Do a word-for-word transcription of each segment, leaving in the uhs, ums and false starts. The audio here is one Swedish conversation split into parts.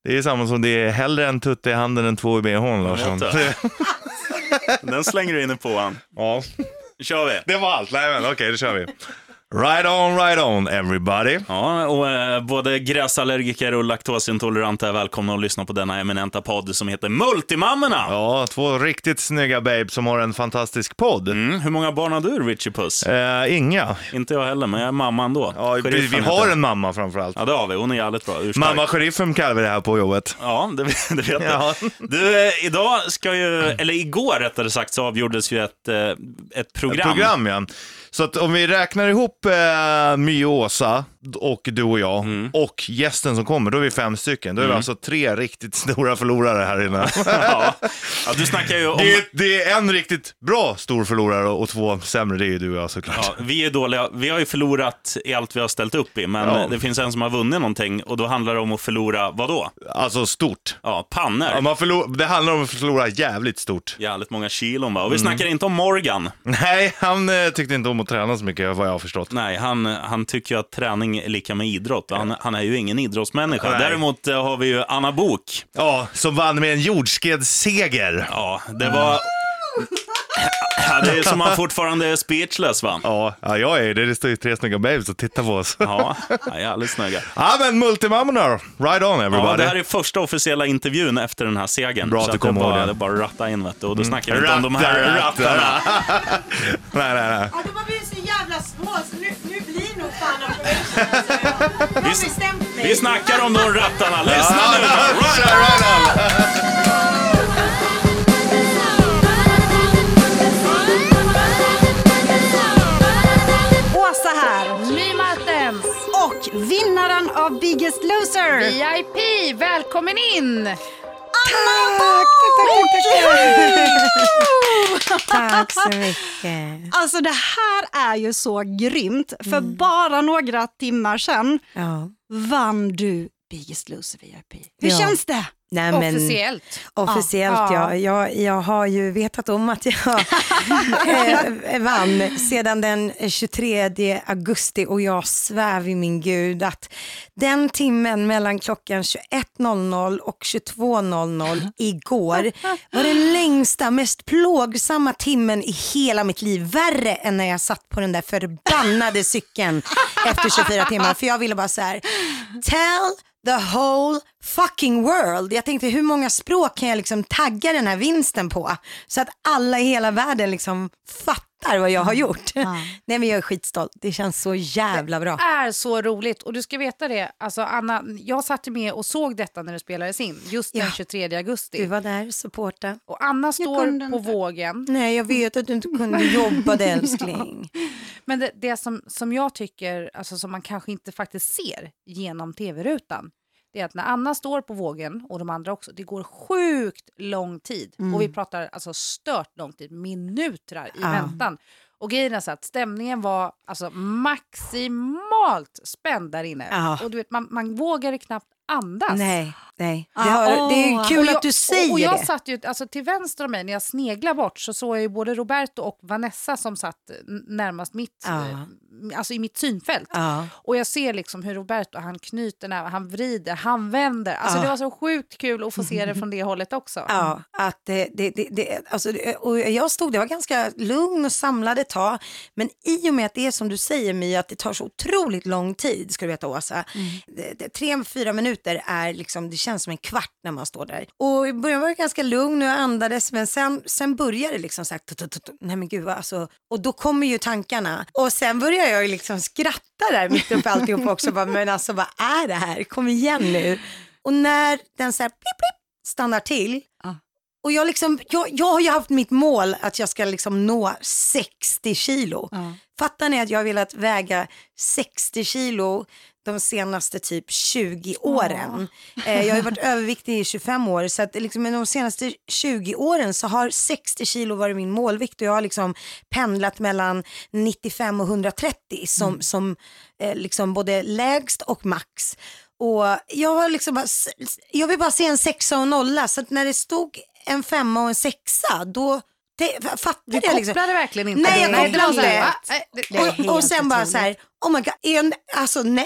Det är samma som det är hellre en tutte i handen än två i behån, Larsson. Den slänger du in på han. Ja. Kör vi. Det var allt. Nej men okej, okay, då kör vi. Right on, right on everybody. Ja, och eh, både gräsallergiker och laktosintoleranta är välkomna att lyssna på denna eminenta podd som heter Multimammorna. Ja, två riktigt snygga babes som har en fantastisk podd. Mm, hur många barn har du, Richie Puss? Eh, inga. Inte jag heller, men jag är mamma ändå. Ja, vi, vi har en mamma framförallt. Ja, det har vi. Hon är jävligt bra. Urstark. Mamma sheriffen kallar vi det här på jobbet. Ja, det, det vet ja. jag. Du, eh, idag ska ju, eller igår rättare sagt, så avgjordes ju ett, eh, ett program. Ett program, ja. Så att om vi räknar ihop eh, My och Åsa och du och jag mm. och gästen som kommer, då är vi fem stycken. Då är mm. vi alltså tre riktigt stora förlorare här inne. ja. ja, du snackar ju om... Det, det är en riktigt bra stor förlorare och två sämre, det är ju du och jag såklart. Ja, vi är dåliga. Vi har ju förlorat i allt vi har ställt upp i, men ja. det finns en som har vunnit någonting och då handlar det om att förlora, vad då? Alltså stort. Ja, pannor. Ja, man förlor... Det handlar om att förlora jävligt stort. Jävligt många kilon, va? Och vi mm. snackar inte om Morgan. Nej, han eh, tyckte inte om att träna så mycket, vad jag har förstått. Nej, han, han tycker ju att träning är lika med idrott. Han, han är ju ingen idrottsmänniska. Nej. Däremot eh, har vi ju Anna Bok. Ja, som vann med en jordskedsseger. Ja, det var... Ja, det är som man fortfarande är speechless, va? Ja, ja jag är det. Det står ju tre snygga babes och tittar på oss. Ja, ja jävligt snygga. Ja, men Multimammorna, right on everybody. Ja, det här är första officiella intervjun efter den här segern. Bra att du kommer ihåg det. Det är bara att ratta in, vet du. Och då mm. snackar vi inte om de här rattarna. nej, nej, nej. Ja, de har blivit så jävla små, så nu, nu blir nog fan av det. Vi, bestämt mig. Vi snackar om de rattarna. Lyssna ja, nu. Right on, right on. Åsa här, My Martens och vinnaren av Biggest Loser, V I P, välkommen in! Anna Tack, tack så mycket. Alltså det här är ju så grymt, för mm. bara några timmar sedan ja. vann du Biggest Loser V I P. Hur ja. känns det? Nej, men, officiellt. Officiellt, ja. ja. Jag, jag har ju vetat om att jag äh, vann sedan den tjugotredje augusti och jag svär i min gud att den timmen mellan klockan tjugoett noll noll och tjugotvå noll noll igår var den längsta, mest plågsamma timmen i hela mitt liv. Värre än när jag satt på den där förbannade cykeln efter tjugofyra timmar. För jag ville bara så här, tell the whole fucking world. Jag tänkte, hur många språk kan jag liksom tagga den här vinsten på så att alla i hela världen liksom fattar vad jag har gjort. Mm. Nej, men jag är skitstolt. Det känns så jävla bra. Det är så roligt. Och du ska veta det, alltså Anna, jag satt med och såg detta när det spelades in. Just den ja. tjugotredje augusti. Du var där, supporta. Och Anna står på vågen. Nej, jag vet att du inte kunde jobba det, älskling. Men det, det som, som jag tycker, alltså som man kanske inte faktiskt ser genom tv-rutan, det är att när Anna står på vågen och de andra också, det går sjukt lång tid. Mm. Och vi pratar alltså stört lång tid, minuter i ah. väntan. Och grejen är så att stämningen var alltså maximalt spänd där inne. Ah. Och du vet, man, man vågade knappt andas. Nej, nej. Ah, det, har, oh. det är kul jag, att du säger det. Och jag det. satt ju, alltså till vänster om mig, när jag sneglar bort så såg jag ju både Roberto och Vanessa som satt närmast mitt, ah. eh, alltså i mitt synfält. Ah. Och jag ser liksom hur Roberto, han knyter när han vrider, han vänder. Alltså ah. det var så sjukt kul att få se det från det hållet också. Ja, att det, det, det, det alltså, och jag stod, det var ganska lugn och samlad ett tag. Men i och med att det är som du säger, Mia, att det tar så otroligt lång tid, ska du veta, Åsa. Mm. Det, det, tre, fyra minuter är liksom, det känns som en kvart när man står där. Och i början var det ganska lugn och jag andades, men sen, sen började det liksom så här, nej men gud, alltså, och då kommer ju tankarna. Och sen börjar jag ju liksom skratta där mitt uppe alltihop också, bara, men alltså vad är det här? Kom igen nu. Och när den så här plip, plip, stannar till, ah. och jag liksom, jag, jag har ju haft mitt mål att jag ska liksom nå sextio kilo. Ah. Fattar ni att jag har velat väga sextio kilo de senaste typ tjugo åren. Oh. Eh, jag har ju varit överviktig i tjugofem år, så att liksom de senaste tjugo åren så har sextio kilo varit min målvikt och jag har liksom pendlat mellan nittiofem och hundratrettio som, mm. som eh, liksom både lägst och max. Och jag har liksom bara, jag vill bara se en sexa och nolla, så att när det stod en femma och en sexa, då det, fattar du jag kopplade liksom. verkligen inte. Nej, jag kopplade inte. Det och, och sen bara så här, oh my god, en, alltså nej.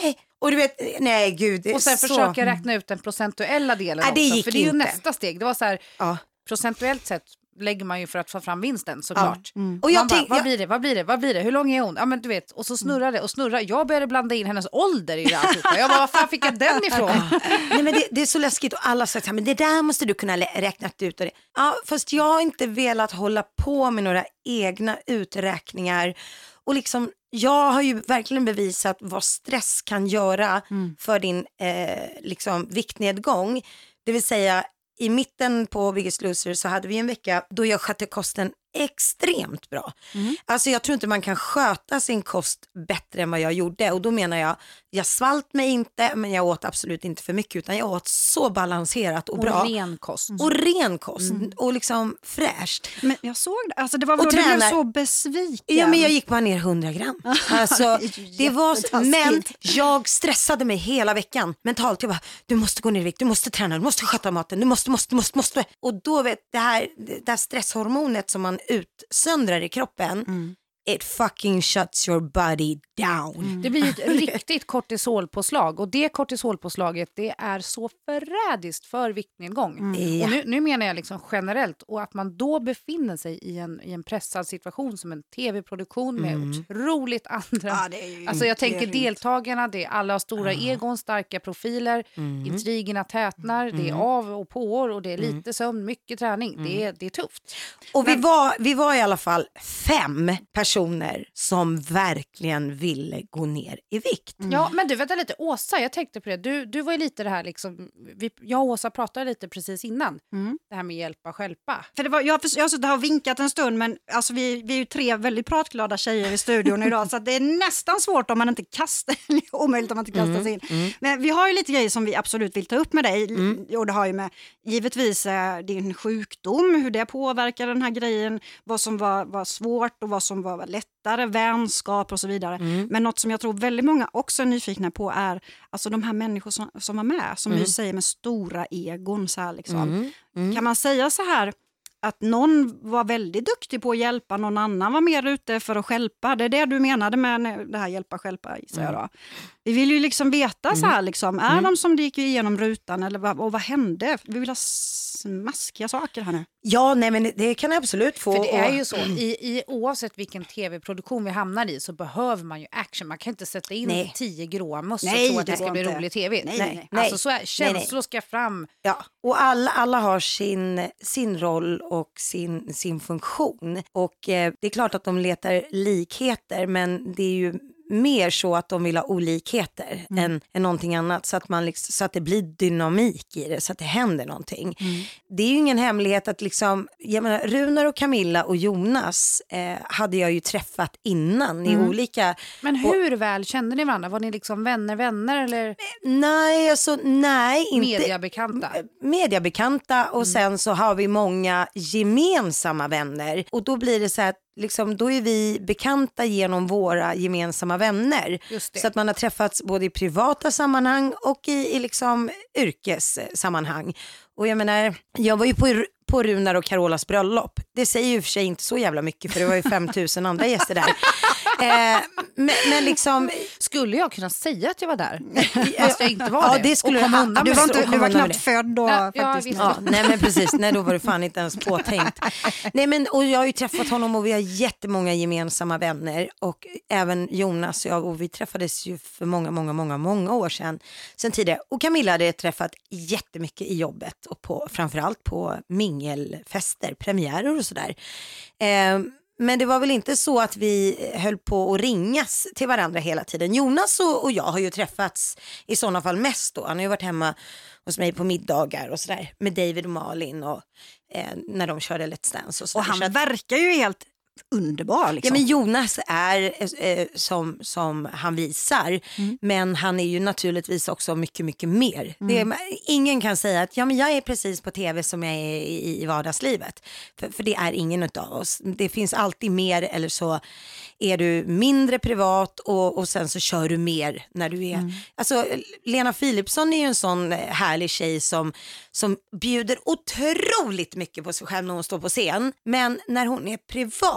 Och du vet, nej gud. Det är Och sen så... försöka räkna ut den procentuella delen Nej, det också. gick För det är ju inte. nästa steg. Det var så här, Ja. procentuellt sett lägger man ju för att få fram vinsten såklart. Ja. Mm. Och Och jag man bara, tänk- vad jag- blir det, vad blir det, vad blir det, hur lång är hon? Ja men du vet, och så snurrar det och snurrar. Jag började blanda in hennes ålder i det alltihopa. Jag bara, vad fan fick jag den ifrån? Nej, men det, det är så läskigt och alla säger så här, men det där måste du kunna lä- räkna ut. Och det. Ja, fast jag har inte velat hålla på med några egna uträkningar. Och liksom, jag har ju verkligen bevisat vad stress kan göra mm. för din eh, liksom, viktnedgång. Det vill säga, i mitten på Biggest Loser så hade vi en vecka då jag skötte kosten extremt bra. Mm. Alltså jag tror inte man kan sköta sin kost bättre än vad jag gjorde. Och då menar jag, jag svalt mig inte, men jag åt absolut inte för mycket, utan jag åt så balanserat och, och bra. Och ren kost. Och ren kost. Mm. Och liksom fräscht. Men jag såg det, alltså det var väl och då du blev tränar. så besviken. Ja, men jag gick bara ner hundra gram. Alltså, det var, men jag stressade mig hela veckan mentalt. Jag bara, du måste gå ner i vikt, du måste träna, du måste sköta maten, du måste, måste, måste, måste. Och då vet det här, det här stresshormonet som man utsöndrar i kroppen, mm. it fucking shuts your body down. Mm. Det blir ett riktigt kortisolpåslag, och det kortisolpåslaget, det är så förrädiskt för viktnedgång. Mm. Ja. Och nu, nu menar jag liksom generellt, och att man då befinner sig i en, i en pressad situation som en tv-produktion med mm. otroligt andra. Ja, det är ju alltså jag tänker grymt. Deltagarna, det är alla har stora ja. egon, starka profiler, mm. intrigerna tätnar, mm. det är av och påår och det är lite mm. sömn, mycket träning. Mm. Det, är, det är tufft. Och Men, vi, var, vi var i alla fall fem personer som verkligen ville gå ner i vikt. Mm. Ja, men du, vänta lite, Åsa, jag tänkte på det. Du, du var ju lite det här liksom, vi, jag och Åsa pratade lite precis innan. Mm. Det här med hjälpa, stjälpa. För det var, jag, jag har suttit här och vinkat en stund, men alltså vi, vi är ju tre väldigt pratglada tjejer i studion idag, så att det är nästan svårt om man inte kastar, omöjligt om man inte kastar sig in. Mm. Mm. Men vi har ju lite grejer som vi absolut vill ta upp med dig, mm. och det har ju med givetvis eh, din sjukdom, hur det påverkar den här grejen, vad som var, var svårt och vad som var lättare, vänskap och så vidare. Mm. Men något som jag tror väldigt många också är nyfikna på är alltså de här människor som, som var med, som mm. vi säger med stora egon. Så här, liksom. mm. Mm. Kan man säga så här att någon var väldigt duktig på att hjälpa, någon annan var mer ute för att hjälpa? Det är det du menade med det här hjälpa, hjälpa, säger jag då. Vi vill ju liksom veta mm. så här, liksom, är mm. de som gick igenom rutan eller vad, och vad hände? Vi vill ha smaskiga saker här nu. Ja, nej, men det kan jag absolut få. För det är ju så, i, i, oavsett vilken tv-produktion vi hamnar i så behöver man ju action. Man kan inte sätta in nej. tio gråa mössor och tro att det ska bli inte. rolig tv. Nej, nej. nej. Alltså så är, känslor ska fram. Ja, och alla, alla har sin, sin roll och sin, sin funktion. Och eh, det är klart att de letar likheter, men det är ju mer så att de vill ha olikheter mm. än, än någonting annat, så att, man liksom, så att det blir dynamik i det, så att det händer någonting. Mm. Det är ju ingen hemlighet att liksom, jag menar, Runar och Camilla och Jonas eh, hade jag ju träffat innan i mm. olika... Men hur och, väl kände ni varandra? Var ni liksom vänner, vänner eller? Nej, alltså nej. Inte, mediabekanta? Mediabekanta och mm. sen så har vi många gemensamma vänner, och då blir det så här, liksom, då är vi bekanta genom våra gemensamma vänner. Så att man har träffats både i privata sammanhang och i, i liksom yrkessammanhang. Och jag menar, jag var ju på, på Runar och Carolas bröllop. Det säger ju för sig inte så jävla mycket, för det var ju fem tusen andra gäster där. eh, men, men liksom... Skulle jag kunna säga att jag var där? Fast jag inte var ja, det. det skulle och du, du, var inte, du var knappt född då. Ja, faktiskt. Ja, ja, nej men precis, nej då var det fan inte ens påtänkt. Nej men, och jag har ju träffat honom och vi har jättemånga gemensamma vänner, och även Jonas och jag, och vi träffades ju för många, många, många, många år sedan, sedan tidigare. Och Camilla hade träffat jättemycket i jobbet och på, framförallt på mingelfester, premiärer och sådär. Eh, Men det var väl inte så att vi höll på att ringas till varandra hela tiden. Jonas och, och jag har ju träffats i sådana fall mest då. Han har ju varit hemma hos mig på middagar och sådär med David och Malin och eh, när de körde Let's Dance och sådär. Och han så att, verkar ju helt underbar liksom. Ja, men Jonas är eh, som, som han visar, mm. men han är ju naturligtvis också mycket, mycket mer. Mm. Det, ingen kan säga att ja, men jag är precis på tv som jag är i, i vardagslivet. För, för det är ingen av oss. Det finns alltid mer, eller så är du mindre privat och, och sen så kör du mer när du är... Mm. Alltså, Lena Philipsson är ju en sån härlig tjej som, som bjuder otroligt mycket på sig själv när hon står på scen. Men när hon är privat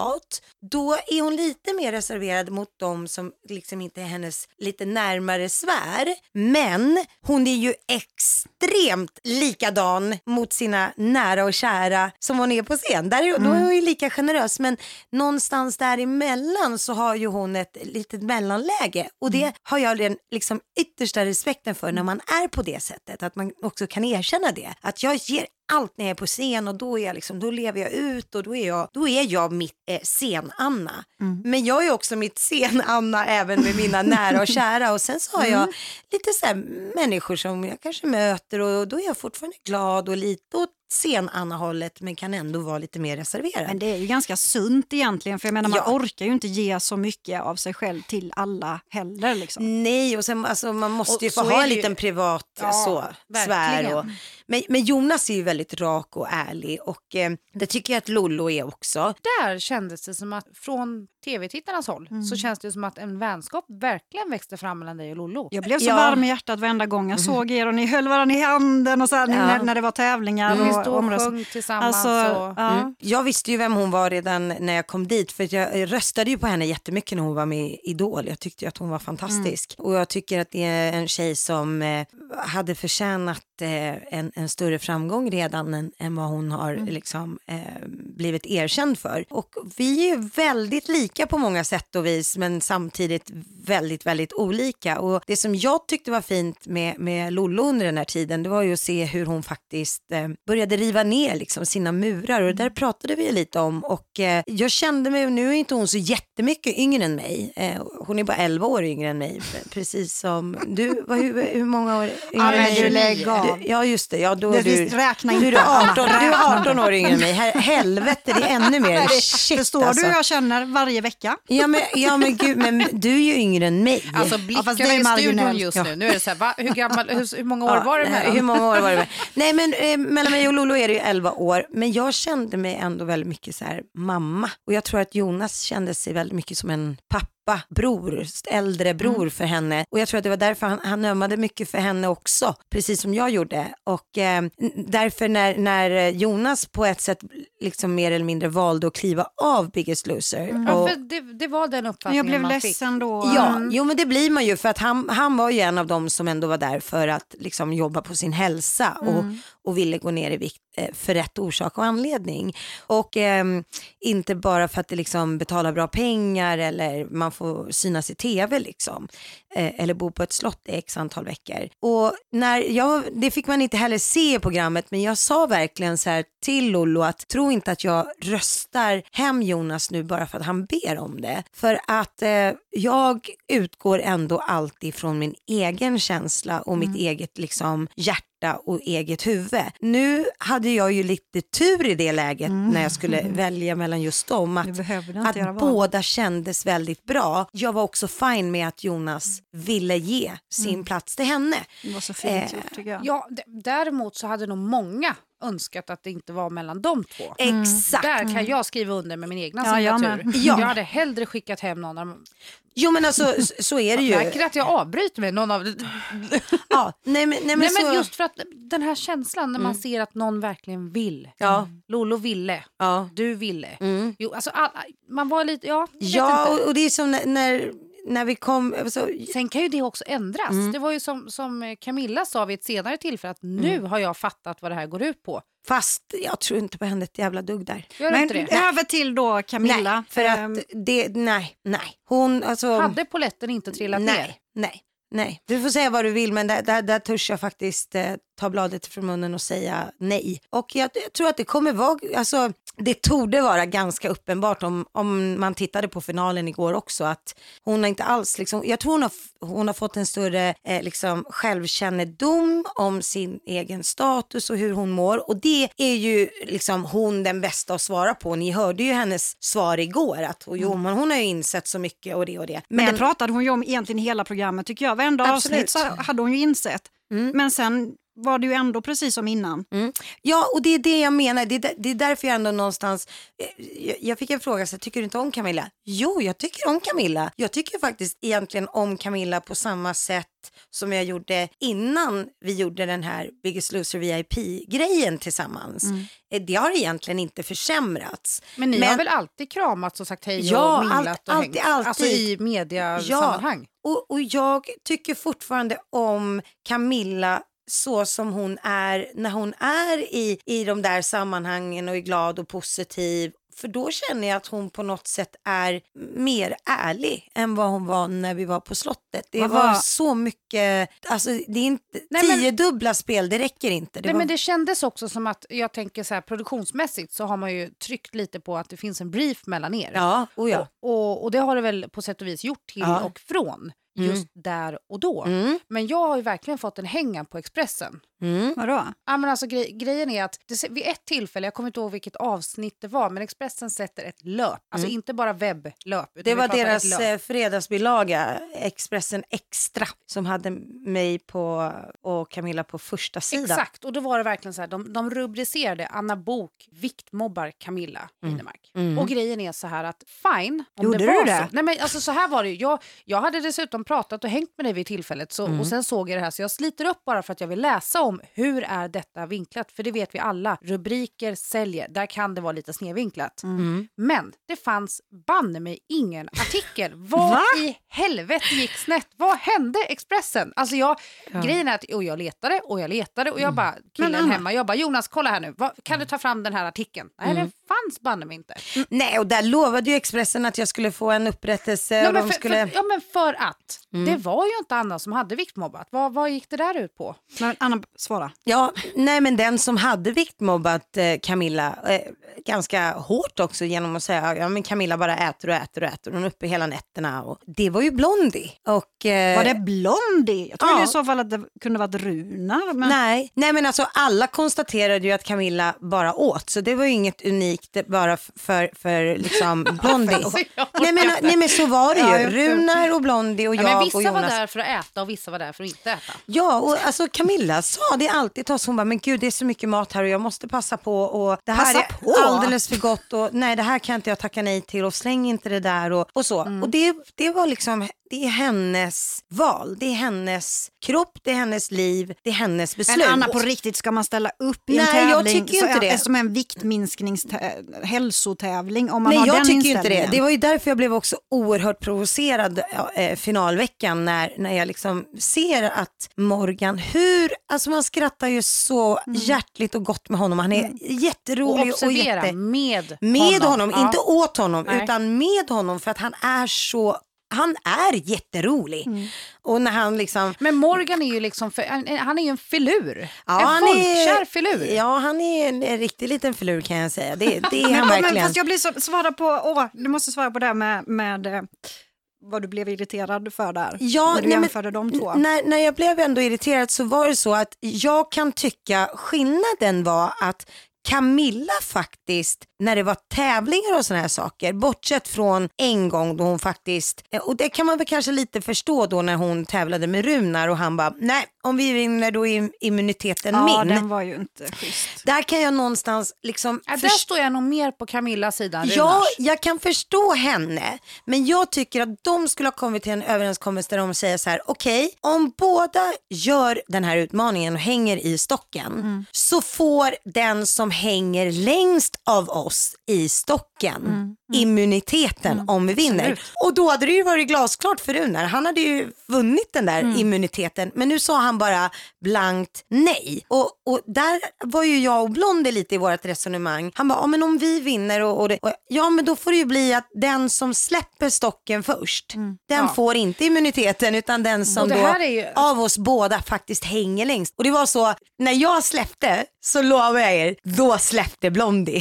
privat, då är hon lite mer reserverad mot dem som liksom inte är hennes lite närmare sfär. Men hon är ju extremt likadan mot sina nära och kära som hon är på scen. Där är, mm. Då är hon ju lika generös, men någonstans däremellan så har ju hon ett litet mellanläge. Och det mm. har jag den liksom yttersta respekten för när man är på det sättet. Att man också kan erkänna det. Att jag ger allt när jag är på scen och då är jag liksom, då lever jag ut och då är jag, då är jag mitt eh, scen-Anna. Mm. Men jag är också mitt scen-Anna även med mina nära och kära. Och sen så har jag mm. lite så här människor som jag kanske möter och då är jag fortfarande glad och lite åt scen-Anna-hållet, men kan ändå vara lite mer reserverad. Men det är ju ganska sunt egentligen, för jag menar, man ja. orkar ju inte ge så mycket av sig själv till alla heller liksom. Nej, och sen, alltså, man måste och ju få ha en liten ju... privat ja, så, svär. Och, men, men Jonas är ju väldigt rak och ärlig och eh, det tycker jag att Lollo är också. Där kändes det som att från tv-tittarnas håll mm. så känns det som att en vänskap verkligen växte fram mellan dig och Lollo. Jag blev så ja. varm i hjärtat varenda gång jag såg er och ni höll varandra i handen och så här, ja. när, när det var tävlingar. Mm. Och, vi stod och sjöng tillsammans. Alltså, och... ja. mm. Jag visste ju vem hon var redan när jag kom dit, för jag röstade ju på henne jättemycket när hon var med i Idol. Jag tyckte ju att hon var fantastisk. Mm. Och jag tycker att det är en tjej som eh, hade förtjänat eh, en, en större framgång redan än, än vad hon har mm. liksom, eh, blivit erkänd för. Och vi är ju väldigt lika på många sätt och vis, men samtidigt väldigt, väldigt olika. Och det som jag tyckte var fint med, med Lollo under den här tiden, det var ju att se hur hon faktiskt eh, började riva ner liksom sina murar, och det där pratade vi lite om, och eh, jag kände mig, nu är inte hon så jättemycket yngre än mig, eh, hon är bara elva år yngre än mig, precis som du, vad, hur, hur många år yngre ja, än mig? Du lägg av. Du, ja just det, ja, då det är du, räkna du, är arton, du är arton år yngre än mig, Her, helvete det är ännu mer. Shit, det står alltså. du jag känner varje vecka. Ja men, ja, men gud, men du är ju yngre än mig. Alltså blickarna ja, i studion just nu, nu är det så här, va? Hur, gammal, hur, hur många år ja, var det med? Hur många år var det med? Nej men eh, mellan mig och Lollo är det ju elva år, men jag kände mig ändå väldigt mycket så här mamma, och jag tror att Jonas kände sig väldigt mycket som en pappa, bror, äldre bror mm. för henne, och jag tror att det var därför han, han ömmade mycket för henne också, precis som jag gjorde, och eh, därför när, när Jonas på ett sätt liksom mer eller mindre valde att kliva av Biggest Loser. Mm. Och, och, ja, för det, det var den uppfattningen jag blev man ledsen fick. Då. Ja, mm. jo men det blir man ju, för att han, han var ju en av dem som ändå var där för att liksom jobba på sin hälsa och, mm. och ville gå ner i vikt eh, för rätt orsak och anledning, och eh, inte bara för att det liksom betalar bra pengar eller man får synas i tv liksom, eh, eller bo på ett slott i x antal veckor. Och när jag, det fick man inte heller se i programmet, men jag sa verkligen så här till Lollo att tro inte att jag röstar hem Jonas nu bara för att han ber om det, för att eh, jag utgår ändå alltid från min egen känsla och mitt mm. eget liksom hjärta och eget huvud. Nu hade jag ju lite tur i det läget mm. när jag skulle mm. välja mellan just dem, att, att båda kändes väldigt bra. Jag var också fine med att Jonas ville ge sin mm. plats till henne. Det var så fint eh, tycker jag. Ja, d- däremot så hade nog många önskat att det inte var mellan de två. Mm. Exakt. Där kan jag skriva under med min egna ja, signatur. Jag, ja. jag hade hellre skickat hem någon av dem. Jo men alltså så är det ju. Märker att jag avbryter med någon av ja, nej men, nej, men, nej, så... men just för att den här känslan när man mm. ser att någon verkligen vill. Ja. Lollo ville. Ja. Du ville. Mm. Jo, alltså alla, man var lite, ja. Ja, och, och det är som när, när när vi kom... Alltså... Sen kan ju det också ändras. Mm. Det var ju som, som Camilla sa vid ett senare tillfälle, att nu mm. har jag fattat vad det här går ut på. Fast jag tror inte på henne ett jävla dugg där. Gör men inte det? Över till då Camilla. Nej, för att det, nej, nej. Hon, alltså... Hade poletten inte trillat nej, ner? Nej, nej. Du får säga vad du vill, men där, där, där törs jag faktiskt eh, ta bladet från munnen och säga nej. Och jag, jag tror att det kommer vara, alltså det torde vara ganska uppenbart om, om man tittade på finalen igår också, att hon har inte alls liksom, jag tror hon har, hon har fått en större eh, liksom självkännedom om sin egen status och hur hon mår, och det är ju liksom hon den bästa att svara på. Ni hörde ju hennes svar igår, att jo, mm. men hon har ju insett så mycket och det och det. Men, men det pratade hon ju om egentligen hela programmet tycker jag. Varenda avsnitt så hade hon ju insett. Mm. Men sen var det ju ändå precis som innan. Mm. Ja, och det är det jag menar. Det är, det är därför jag ändå någonstans... Jag, jag fick en fråga, så tycker du inte om Camilla? Jo, jag tycker om Camilla. Jag tycker faktiskt egentligen om Camilla på samma sätt som jag gjorde innan vi gjorde den här Biggest Loser V I P-grejen tillsammans. Mm. Det har egentligen inte försämrats. Men ni Men, har väl alltid kramats och sagt hej ja, och minglat allt, och alltid, hängt? alltid. Alltså i mediasammanhang. Ja, och, och jag tycker fortfarande om Camilla så som hon är när hon är i, i de där sammanhangen och är glad och positiv. För då känner jag att hon på något sätt är mer ärlig än vad hon var när vi var på slottet. Det vad var, var så mycket, alltså det är inte, Nej, men, tio dubbla spel, det räcker inte. Det nej, var... men det kändes också som att, jag tänker så här, produktionsmässigt så har man ju tryckt lite på att det finns en brief mellan er. Ja, oh ja. Och, och, och det har det väl på sätt och vis gjort till Ja. och från. Just Mm. där och då. Mm. Men jag har ju verkligen fått en hänga på Expressen. Mm. Vadå? Ja, men alltså, grej, grejen är att det, vid ett tillfälle, jag kommer inte ihåg vilket avsnitt det var, men Expressen sätter ett löp. Alltså Mm. inte bara webblöp. Utan Det vi var pratar deras ett löp. eh, fredagsbilaga, Expressen Extra, som hade mig på, och Camilla på första sidan. Exakt, och då var det verkligen så här, de, de rubricerade Anna Bok viktmobbar Camilla Winemark. Mm. Och grejen är så här att fine, om Gjorde det var du det? så. Nej, men alltså så här var det ju. Jag, jag hade dessutom pratat och hängt med dig vid tillfället så, Mm. och sen såg jag det här, så jag sliter upp bara för att jag vill läsa om hur är detta vinklat, för det vet vi alla. Rubriker säljer, där kan det vara lite snedvinklat. Mm. Men det fanns banne mig ingen artikel. Vad Va? i helvete gick snett? Vad hände Expressen? Alltså jag, Ja. grejen är att och jag letade och jag letade och jag bara, killen Men Anna- hemma, jag bara, Jonas kolla här nu, vad, kan du ta fram den här artikeln? Nej, Mm. den fanns banne mig inte. Nej, och där lovade ju Expressen att jag skulle få en upprättelse. Ja och men, de för, skulle... för, ja, men för att Mm. det var ju inte Anna som hade viktmobbat. Vad, vad gick det där ut på? Men Anna, svara. Ja, nej men den som hade viktmobbat eh, Camilla eh, ganska hårt också genom att säga ja men Camilla bara äter och äter och äter. Hon är uppe hela nätterna och det var ju Blondie. Och, eh, Var det Blondie? Jag trodde ja. i så fall att det kunde varit Runar. Men... Nej, nej men alltså alla konstaterade ju att Camilla bara åt, så det var ju inget unikt bara f- för, för liksom Blondie. nej, men, nej men så var det ju, Ja, jag- Runar och Blondie och Ja, jag men och vissa Jonas. var där för att äta och vissa var där för att inte äta. Ja, och alltså Camilla sa det alltid till oss. Hon bara, men gud det är så mycket mat här och jag måste passa på och det här Passa är på? alldeles för gott och nej det här kan inte jag tacka nej till och släng inte det där och, och så. Och det, det var liksom, det är hennes val, det är hennes kropp, det är hennes liv, det är hennes beslut. Men Anna, på riktigt, ska man ställa upp i en Nej, jag tävling tycker inte så, det. som en viktminsknings hälsotävling om man Nej, har jag den tycker ju inte det. inställningen? Det var ju därför jag blev också oerhört provocerad eh, finalveckan när, när jag liksom ser att Morgan, hur, alltså man skrattar ju så hjärtligt och gott med honom. Han är Och jätterolig och, observera, jätte... med, Med honom, Ja. inte åt honom Nej. utan med honom för att han är så, han är jätterolig. Mm. Och när han liksom... Men Morgan är ju liksom, för, han- han är ju en filur. Ja, en han folkkär är, filur. Ja, han är en, en riktig liten filur kan jag säga. Det, det är Men, han men verkligen. fast jag blir så, svara på, åh, du måste svara på det här med, med eh, vad du blev irriterad för där. Ja, när du nej, men- jämförde de två. När, när jag blev ändå irriterad så var det så att jag kan tycka skillnaden var att Camilla faktiskt, när det var tävlingar och såna här saker, bortsett från en gång då hon faktiskt, och det kan man väl kanske lite förstå då när hon tävlade med Runar och han bara, nej om vi vinner då är immuniteten Ja, min. den var ju inte schysst. Där kan jag någonstans liksom Ja, där förstå. står jag nog mer på Camillas sida än Ja, Runars. jag kan förstå henne, men jag tycker att de skulle ha kommit till en överenskommelse där de säger så här, okej, om båda gör den här utmaningen och hänger i stocken Mm. så får den som hänger längst av oss i stocken Mm. immuniteten om vi vinner. Absolut. Och då hade det ju varit glasklart för Runar. Han hade ju vunnit den där Mm. immuniteten, men nu sa han bara blankt nej. Och, och där var ju jag och Blondie lite i vårt resonemang. Han bara, ja men om vi vinner och, och, det, och ja men då får det ju bli att den som släpper stocken först, den Ja. får inte immuniteten utan den som Och det då här är ju- av oss båda faktiskt hänger längst. Och det var så, när jag släppte så lovar jag er, då släppte Blondie.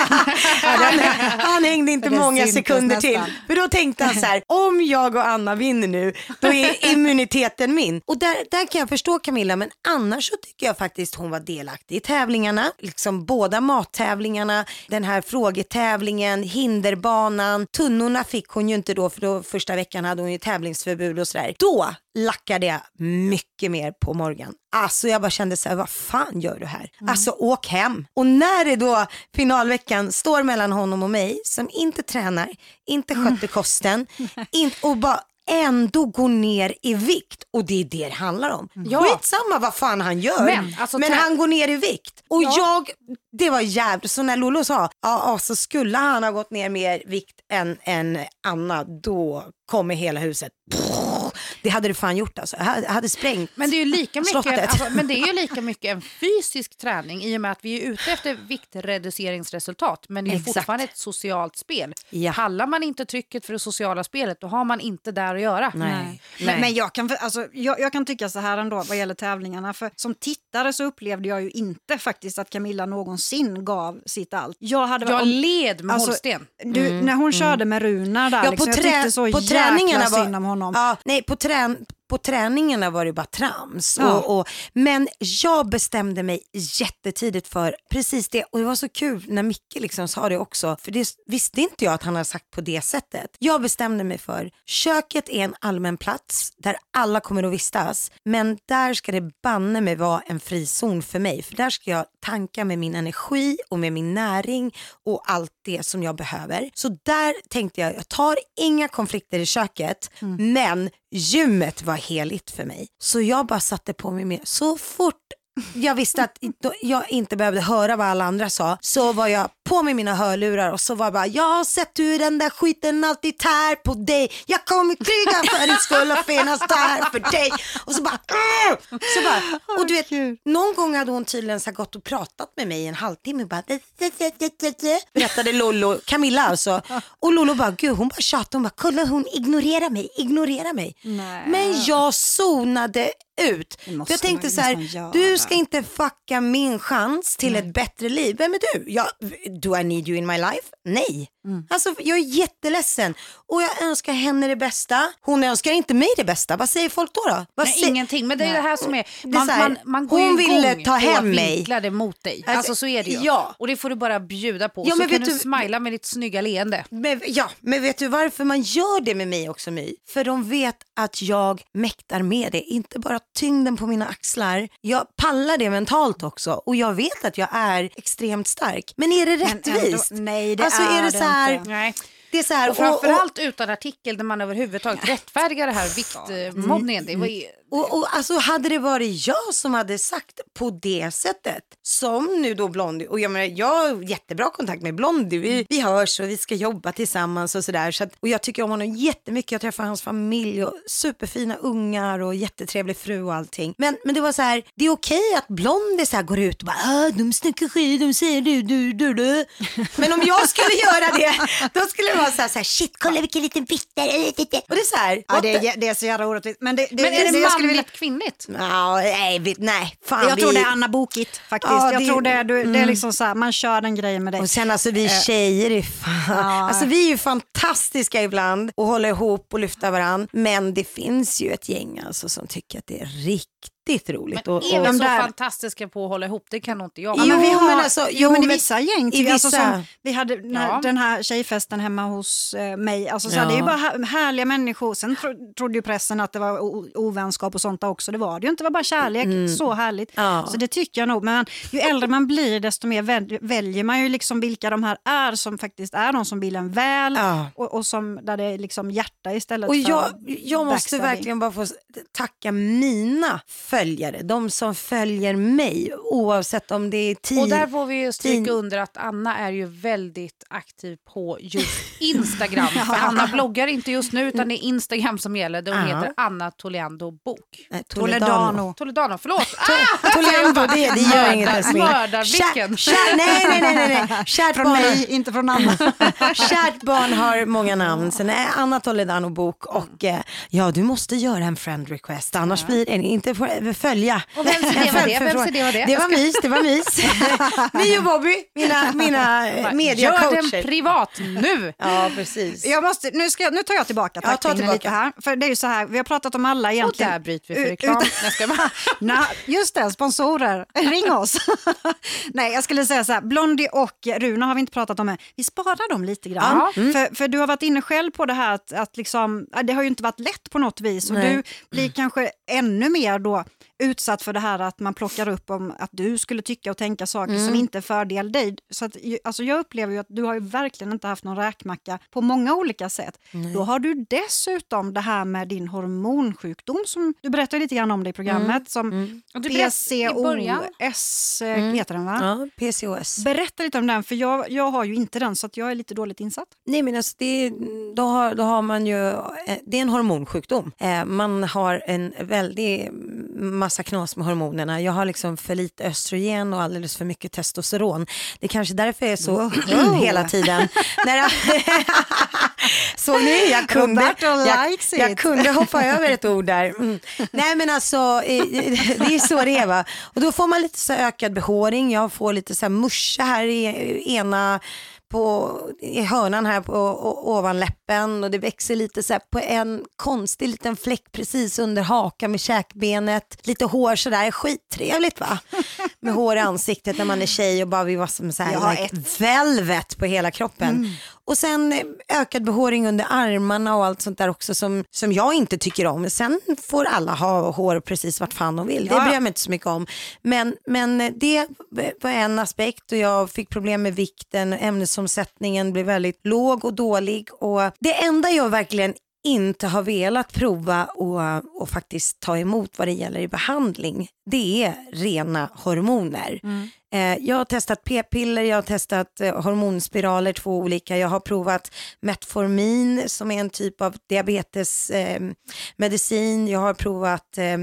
han, han hängde inte Det många syntes sekunder till. nästan. För då tänkte han så här, om jag och Anna vinner nu, då är immuniteten min. Och där, där kan jag förstå Camilla, men annars så tycker jag faktiskt hon var delaktig i tävlingarna. Liksom båda mattävlingarna, den här frågetävlingen, hinderbanan. Tunnorna fick hon ju inte då, för då första veckan hade hon ju tävlingsförbud och sådär. Då lackade jag mycket mer på Morgan. Alltså jag bara kände så här, vad fan gör du här? Mm. Alltså åk hem. Och när det då finalveckan står mellan honom och mig som inte tränar, inte sköter mm. kosten in, och bara ändå går ner i vikt. Och det är det det handlar om. Ja. Skitsamma vad fan han gör. Men, alltså, men han går ner i vikt. Och ja. jag, det var jävligt. Så när Lolo sa, ja så skulle han ha gått ner mer vikt än, än Anna, då kommer hela huset. Det hade du fan gjort alltså. Jag hade sprängt. Men det är ju lika mycket, alltså, men det är ju lika mycket en fysisk träning i och med att vi är ute efter viktreduceringsresultat. Men det är ju fortfarande ett socialt spel. Ja. Kallar man inte trycket för det sociala spelet, då har man inte där att göra. Nej. Nej. Men, men jag, kan, alltså, jag, jag kan tycka så här ändå vad gäller tävlingarna. För som tittare så upplevde jag ju inte faktiskt att Camilla någonsin gav sitt allt. Jag, hade, jag om, led med alltså, Holsten. Du, mm. När hon körde med Runar där, ja, liksom, på jag tyckte så på jäkla synd om honom. Ja, nej, på trän På träningarna var det bara trams. Ja. Och, och, men jag bestämde mig jättetidigt för precis det. Och det var så kul när Micke liksom sa det också. För det visste inte jag att han hade sagt på det sättet. Jag bestämde mig för köket är en allmän plats där alla kommer att vistas. Men där ska det banne mig vara en frizon för mig. För där ska jag tanka med min energi och med min näring och allt det som jag behöver. Så där tänkte jag, jag tar inga konflikter i köket. Mm. Men gymmet var heligt för mig. Så jag bara satte på mig med så fort jag visste att jag inte behövde höra vad alla andra sa, så var jag på med mina hörlurar och så var jag bara, jag har sett hur den där skiten alltid tär på dig. Jag kommer kriga för din skull och finnas där för dig. Och så bara, uh! så bara och du vet, någon gång hade hon tydligen så gått och pratat med mig i en halvtimme och bara, berättade Lolo, Camilla alltså. Och Lolo bara, gud, hon bara tjatade, hon bara, kolla hon ignorerar mig, ignorerar mig. Nej. Men jag zonade ut. För jag tänkte så här, du ska inte fucka min chans till Nej. ett bättre liv. Vem är du? Jag, do I need you in my life? Nej. Mm. Alltså jag är jätteledsen. Och jag önskar henne det bästa. Hon önskar inte mig det bästa. Vad säger folk då då? Vad Nej, säger... ingenting. Men det är det här som är, man, det är så här, man, man går hon ju ville igång ta hem på mig. Vinklade mot dig. Alltså, alltså så är det ju. Ja. Och det får du bara bjuda på. Ja, så men kan vet du, du smila med ditt snygga leende. Men, ja, men vet du varför man gör det med mig också, My? För de vet att jag mäktar med det. Inte bara tyngden på mina axlar. Jag pallar det mentalt också. Och jag vet att jag är extremt stark. Men är det rättvist? Ändå, nej, det alltså, är, är det, det så här, inte. Nej. Det är så här, och framförallt och, och, utan artikel där man överhuvudtaget rättfärdigar det här viktmobbningen. Det var ju... Och, och alltså hade det varit jag som hade sagt på det sättet, som nu då Blondie, och jag menar, jag har jättebra kontakt med Blondie, vi, vi hörs och vi ska jobba tillsammans och sådär, så att, och jag tycker om honom jättemycket, jag träffar hans familj och superfina ungar och jättetrevlig fru och allting, men, men det var så här, det är okej att Blondie så här går ut och bara, de snackar skit, de säger du, du, du, du. Men om jag skulle göra det, då skulle det vara så här, så här shit, kolla vilken liten vikt där. Och det är så här, ja, det, är, det är så jävla orättvist. Men, det, det, men är det, det, det manligt vilja... kvinnligt? Ja, nej, vi, nej. Fan, jag vi... tror det är Anna Bokigt faktiskt. Ja, jag det... tror det är, du, mm. det är liksom så här, man kör den grejen med dig. Och sen alltså vi tjejer är fan, ja. alltså vi är ju fantastiska ibland och håller ihop och lyfter varann. Men det finns ju ett gäng alltså som tycker att det är riktigt roligt. Men och, är vi och så där... fantastiska på att hålla ihop? Det kan nog inte jag. Ja, men vi har, men alltså, jo, men i vissa gäng. I vissa... Alltså, som, vi hade när, ja. den här tjejfesten hemma hos eh, mig. Alltså, så ja. här, det är ju bara härliga människor. Sen tro, trodde ju pressen att det var o- ovänskap och sånt också. Det var det ju inte. Det var bara kärlek. Mm. Så härligt. Ja. Så det tycker jag nog. Men ju äldre man blir, desto mer väl, väljer man ju liksom vilka de här är som faktiskt är de som vill en väl. Ja. Och, och som, där det är liksom hjärta istället och för jag, jag måste backstabbing. verkligen bara få tacka mina följare. De som följer mig, oavsett om det är tid. Och där får vi ju stryka under att Anna är ju väldigt aktiv på just Instagram. För Anna bloggar inte just nu, utan det är Instagram som gäller. Där hon ja. heter Anna Toledo Bok. Nej, Toledano. Toledano, förlåt. Ah! Toledo, det, det gör inget ens mer. Mördarblicken. Nej, nej, nej, nej, nej. Kärt från barn, mig, inte från Anna. Kärt barn har många namn. Sen är Anna Toledano Bok och ja, du måste göra en friend request. Annars ja. blir det inte följa. Och vems idé var det? Vems idé var det? Det var mys, det var mys. My och Bobby, mina, mina mediacoacher. Gör den privat nu. Ja, precis. Jag måste, nu, ska, nu tar jag tillbaka Ja, ta taktpinnen tillbaka. lite här. För det är ju så här, vi har pratat om alla egentligen. Och där bryter vi för reklam. Ut- Jag ska bara... Nej, just det, sponsorer. Ring oss. Nej, jag skulle säga så här, Blondie och Runa har vi inte pratat om än. Vi sparar dem lite grann. Ja. Mm. För, för du har varit inne själv på det här att, att liksom, det har ju inte varit lätt på något vis. Och Nej. du blir kanske ännu mer då utsatt för det här att man plockar upp om att du skulle tycka och tänka saker Mm. som inte är fördel dig. Så att, alltså jag upplever ju att du har ju verkligen inte haft någon räkmacka på många olika sätt. Nej. Då har du dessutom det här med din hormonsjukdom som du berättade lite grann om det i programmet Mm. som Mm. Och du berättade i början. P C O S eh, Mm. heter den va? Ja, P C O S. Berätta lite om den för jag, jag har ju inte den så att jag är lite dåligt insatt. Nej men alltså det, då, har, då har man ju, eh, det är en hormonsjukdom. Eh, man har en väldig massa knas med hormonerna. Jag har liksom för lite östrogen och alldeles för mycket testosteron. Det är kanske därför jag är så Wow. hela tiden. När jag, så nu, jag kunde, Roberto jag, likes jag it. kunde hoppa över ett ord där. Mm. Nej men alltså, eh, det är så det är va. Och då får man lite så ökad behåring. Jag får lite så här muscha här i ena på, i hörnan här på o, ovan läppen och det växer lite så här på en konstig liten fläck precis under hakan med käkbenet. Lite hår sådär, skittrevligt va? Med hår i ansiktet när man är tjej och bara vill vara som så Jag här har like velvet på hela kroppen. Mm. Och sen eh, ökad behåring under armarna och allt sånt där också som, som jag inte tycker om. Sen får alla ha hår precis vart fan de vill. Det Ja. bryr jag mig inte så mycket om. Men, men det var en aspekt och jag fick problem med vikten. Ämnesomsättningen blev väldigt låg och dålig. Och det enda jag verkligen inte har velat prova och, och faktiskt ta emot vad det gäller i behandling, det är rena hormoner. Mm. Eh, jag har testat p-piller, jag har testat eh, hormonspiraler, två olika. Jag har provat Metformin som är en typ av diabetesmedicin. Eh, medicin. jag har provat eh,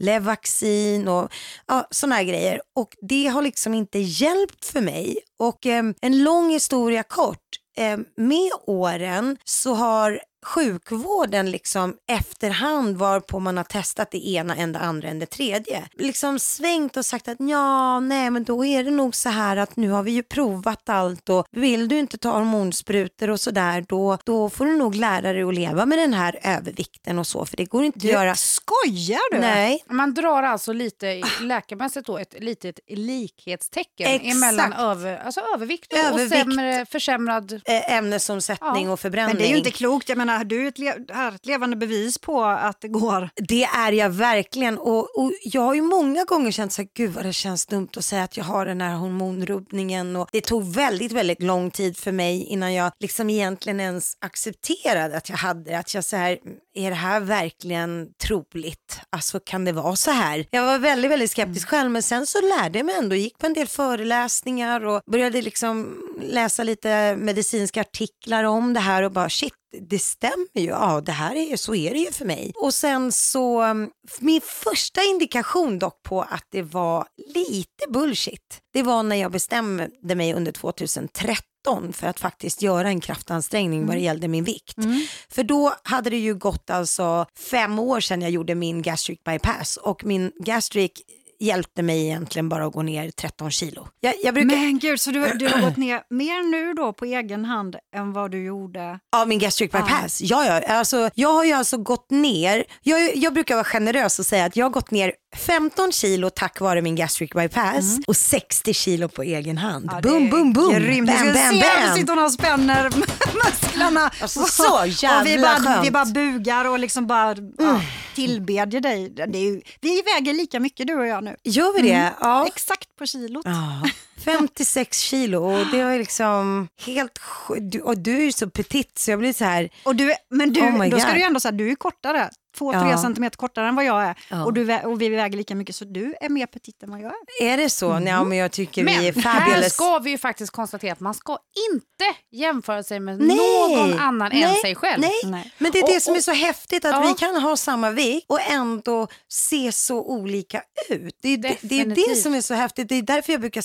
Levaxin och ja, såna här grejer. Och det har liksom inte hjälpt för mig. Och eh, en lång historia kort. Eh, med åren så har sjukvården liksom efterhand varpå man har testat det ena än det andra än det tredje. Liksom svängt och sagt att ja, nej men då är det nog så här att nu har vi ju provat allt och vill du inte ta hormonsprutor och sådär då, då får du nog lära dig att leva med den här övervikten och så för det går inte Du, att göra. skojar du? Nej. Man drar alltså lite läkarmässigt då ett litet likhetstecken Exakt. emellan över, alltså övervikt och, Övervikt. och sämre, försämrad... Eh, ämnesomsättning Ja. och förbränning. Men det är ju inte klokt, jag menar du är ett, le- här, ett levande bevis på att det går. Det är jag verkligen och, och jag har ju många gånger känt så här, gud vad det känns dumt att säga att jag har den här hormonrubbningen och det tog väldigt, väldigt lång tid för mig innan jag liksom egentligen ens accepterade att jag hade det. Att jag så här, är det här verkligen troligt? Alltså kan det vara så här? Jag var väldigt, väldigt skeptisk själv men sen så lärde jag mig ändå, gick på en del föreläsningar och började liksom läsa lite medicinska artiklar om det här och bara shit, det stämmer ju, ja det här är ju, så är det ju för mig. Och sen så, min första indikation dock på att det var lite bullshit, det var när jag bestämde mig under tjugohundratretton för att faktiskt göra en kraftansträngning mm. vad det gällde min vikt. Mm. För då hade det ju gått alltså fem år sedan jag gjorde min gastric bypass och min gastric hjälpte mig egentligen bara att gå ner tretton kilo. Jag, jag brukar... Men gud, så du, du har gått ner mer nu då på egen hand än vad du gjorde? Ja, min gastric bypass. Ja, ja. Alltså, jag har ju alltså gått ner, jag, jag brukar vara generös och säga att jag har gått ner femton kilo tack vare min gastric bypass mm. och sextio kilo på egen hand. Ja, boom, boom, boom. Grym. Bam, bam, bam, bam. bam. Sitter hon och spänner musklerna. Alltså, så jävla och vi bara, skönt. vi bara bugar och liksom bara mm. ja, tillbedjer dig. Det är ju, vi väger lika mycket du och jag nu. Gör vi det? Mm. Ja. Exakt på kilot. Ja. femtiosex kilo och det var liksom helt du, och du är ju så petit så jag blir så här. Och du, men du, oh då ska God. du ju ändå säga du är kortare. Två, tre ja. centimeter kortare än vad jag är. Ja. Och, du, och vi väger lika mycket så du är mer petit än vad jag är. Är det så? Mm. Ja, men jag tycker men vi är här fabulous. ska vi ju faktiskt konstatera att man ska inte jämföra sig med Nej. någon annan Nej. än sig själv. Nej. Nej. Men det är Och- det som är så häftigt att ja. vi kan ha samma vikt och ändå se så olika ut. Det är det, det, är det Definitivt. som är så häftigt. Det är därför jag brukar säga till folk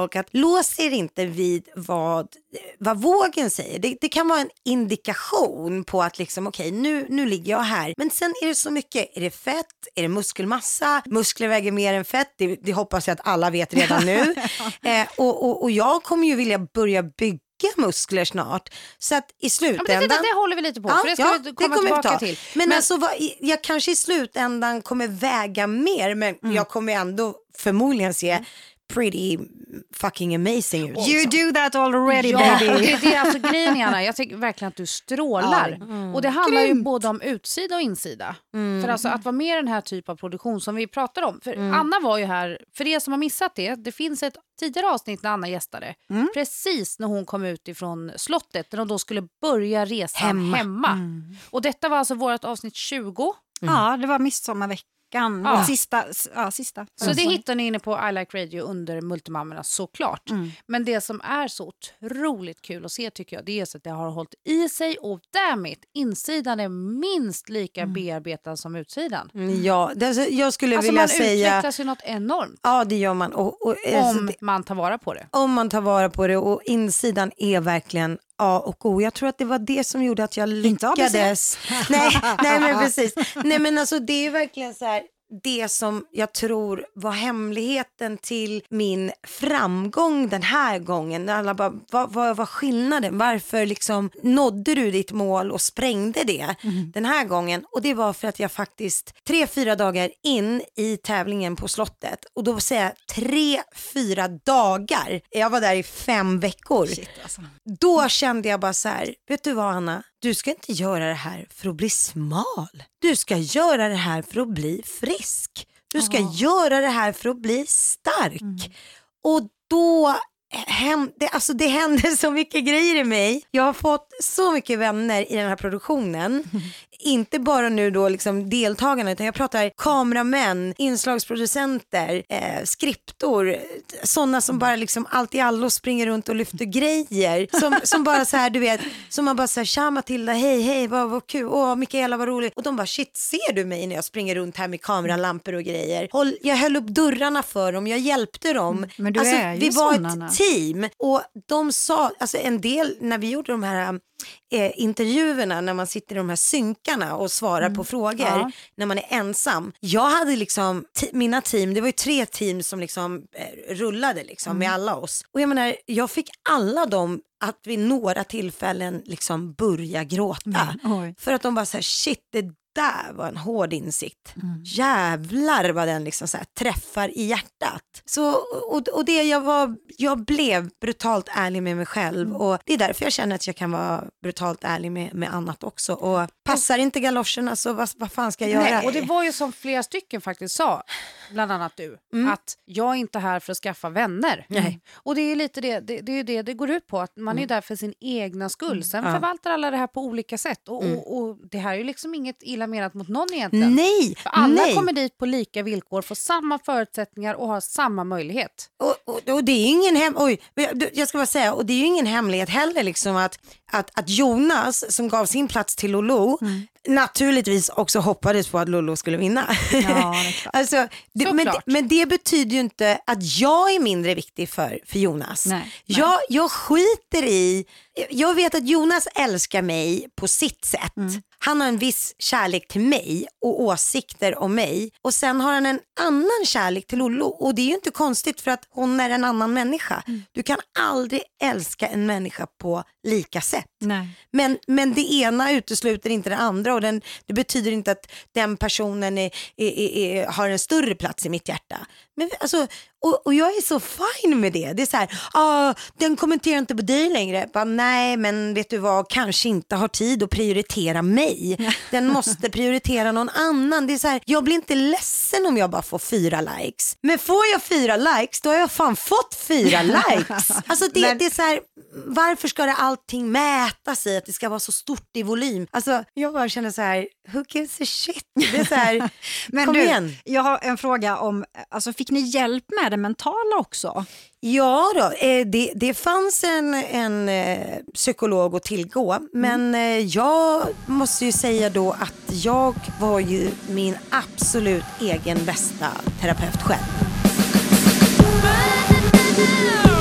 folk att lås er inte vid vad, vad vågen säger. Det, det kan vara en indikation på att liksom, okej, okay, nu, nu ligger jag här. Men sen är det så mycket, är det fett? Är det muskelmassa? Muskler väger mer än fett. Det, det hoppas jag att alla vet redan nu. eh, och, och, och jag kommer ju vilja börja bygga muskler snart. Så att i slutändan... Ja, det, det, det håller vi lite på. Ja, för det ska ja, vi komma det tillbaka vi ta. till. Men, Men alltså, vad, jag kanske i slutändan kommer väga mer. Men mm. jag kommer ändå förmodligen se pretty fucking amazing ut. You do that already, ja, baby. det, det är alltså grejen, Anna. Jag tycker verkligen att du strålar. Ja. Mm. Och det handlar Grymt. ju både om utsida och insida. Mm. För alltså att vara med i den här typen av produktion som vi pratar om. För mm. Anna var ju här, för er som har missat det, det finns ett tidigare avsnitt när Anna gästade. Mm. Precis när hon kom ut ifrån slottet, när de då skulle börja resa hemma. hemma. Mm. Och detta var alltså vårt avsnitt tjugo. Mm. Ja, det var midsommarveckan. Ja. Sista, ja, sista. Så det hittar ni inne på I Like Radio under Multimammorna såklart. Mm. Men det som är så otroligt kul att se tycker jag, det är så att det har hållit i sig och därmed insidan är minst lika mm. bearbetad som utsidan. Mm, ja, det, jag skulle alltså vilja man säga... man utvecklas ju något enormt. Ja, det gör man. Och, och, om alltså, det, man tar vara på det. Om man tar vara på det och insidan är verkligen... A och O. Jag tror att det var det som gjorde att jag lyckades. nej, nej, men precis. Nej, men alltså det är verkligen så här, det som jag tror var hemligheten till min framgång den här gången. Alla bara, vad, vad var skillnaden? Varför liksom nådde du ditt mål och sprängde det mm. den här gången? Och det var för att jag faktiskt tre, fyra dagar in i tävlingen på slottet. Och då säger jag tre, fyra dagar. Jag var där i fem veckor. Shit, alltså. Då kände jag bara så här, vet du vad Anna? Du ska inte göra det här för att bli smal. Du ska göra det här för att bli frisk. Du ska oh. göra det här för att bli stark. Mm. Och då hände, alltså det hände så mycket grejer i mig. Jag har fått så mycket vänner i den här produktionen. Mm. Inte bara nu då liksom deltagarna, utan jag pratar kameramän, inslagsproducenter, eh, skriptor, sådana som bara liksom allt i allo springer runt och lyfter grejer. Som, som bara så här, du vet, som man bara säger, tja Matilda, hej, hej, vad, vad kul, åh Mikaela, vad roligt. Och de bara, shit, ser du mig när jag springer runt här med kameralampor och grejer? Håll, jag höll upp dörrarna för dem, jag hjälpte dem. Men du alltså, är ju vi var sådana. Ett team. Och de sa, alltså en del, när vi gjorde de här eh, intervjuerna, när man sitter i de här synkarna och svarar mm. på frågor, ja. När man är ensam. Jag hade liksom, t- mina team, det var ju tre team som liksom eh, rullade liksom mm. med alla oss. Och jag menar, jag fick alla dem att vid några tillfällen liksom börja gråta. Mm. För att de bara så här, shit, det där var en hård insikt. Mm. Jävlar vad den liksom så här träffar i hjärtat. Så, och, och det jag var, jag blev brutalt ärlig med mig själv. Mm. Och det är därför jag känner att jag kan vara brutalt ärlig med, med annat också. Och passar inte galoscherna så vad, vad fan ska jag Nej, göra? och det var ju som flera stycken faktiskt sa, bland annat du, mm. att jag är inte här för att skaffa vänner. Nej. Och det är lite det, det, det är det det går ut på, att man mm. är där för sin egna skull. Sen mm. förvaltar alla det här på olika sätt. Och, mm. och, och det här är ju liksom inget illa menat mot någon egentligen. Nej, för alla nej. kommer dit på lika villkor, får samma förutsättningar och har samma möjlighet. Och, och, och det är ingen hem... Oj, jag ska bara säga, och det är ju ingen hemlighet heller liksom att, att, att Jonas som gav sin plats till Lolo mm. naturligtvis också hoppades på att Lolo skulle vinna. Ja, alltså, det, men, det, men det betyder ju inte att jag är mindre viktig för, för Jonas. Nej, nej. Jag, jag skiter i... Jag vet att Jonas älskar mig på sitt sätt. Mm. Han har en viss kärlek till mig och åsikter om mig. Och sen har han en annan kärlek till Lollo. Och det är ju inte konstigt för att hon är en annan människa. Mm. Du kan aldrig älska en människa på lika sätt. Nej. Men, men det ena utesluter inte det andra. Och den, det betyder inte att den personen är, är, är, är, har en större plats i mitt hjärta. Men alltså... Och, och jag är så fin med det. Det är så här, ah, den kommenterar inte på dig längre. Bara, nej, men vet du vad, kanske inte har tid att prioritera mig. Den måste prioritera någon annan. Det är så här, jag blir inte ledsen om jag bara får fyra likes. Men får jag fyra likes, då har jag fan fått fyra likes. Alltså det, men... det är så här, varför ska det allting mäta sig att det ska vara så stort i volym? Alltså jag bara känner så här, who gives a shit? Det är så här, men kom du, igen. Jag har en fråga om, alltså fick ni hjälp med det mentala också? Ja då, det, det fanns en, en psykolog att tillgå, men mm. jag måste ju säga då att jag var ju min absolut egen bästa terapeut själv.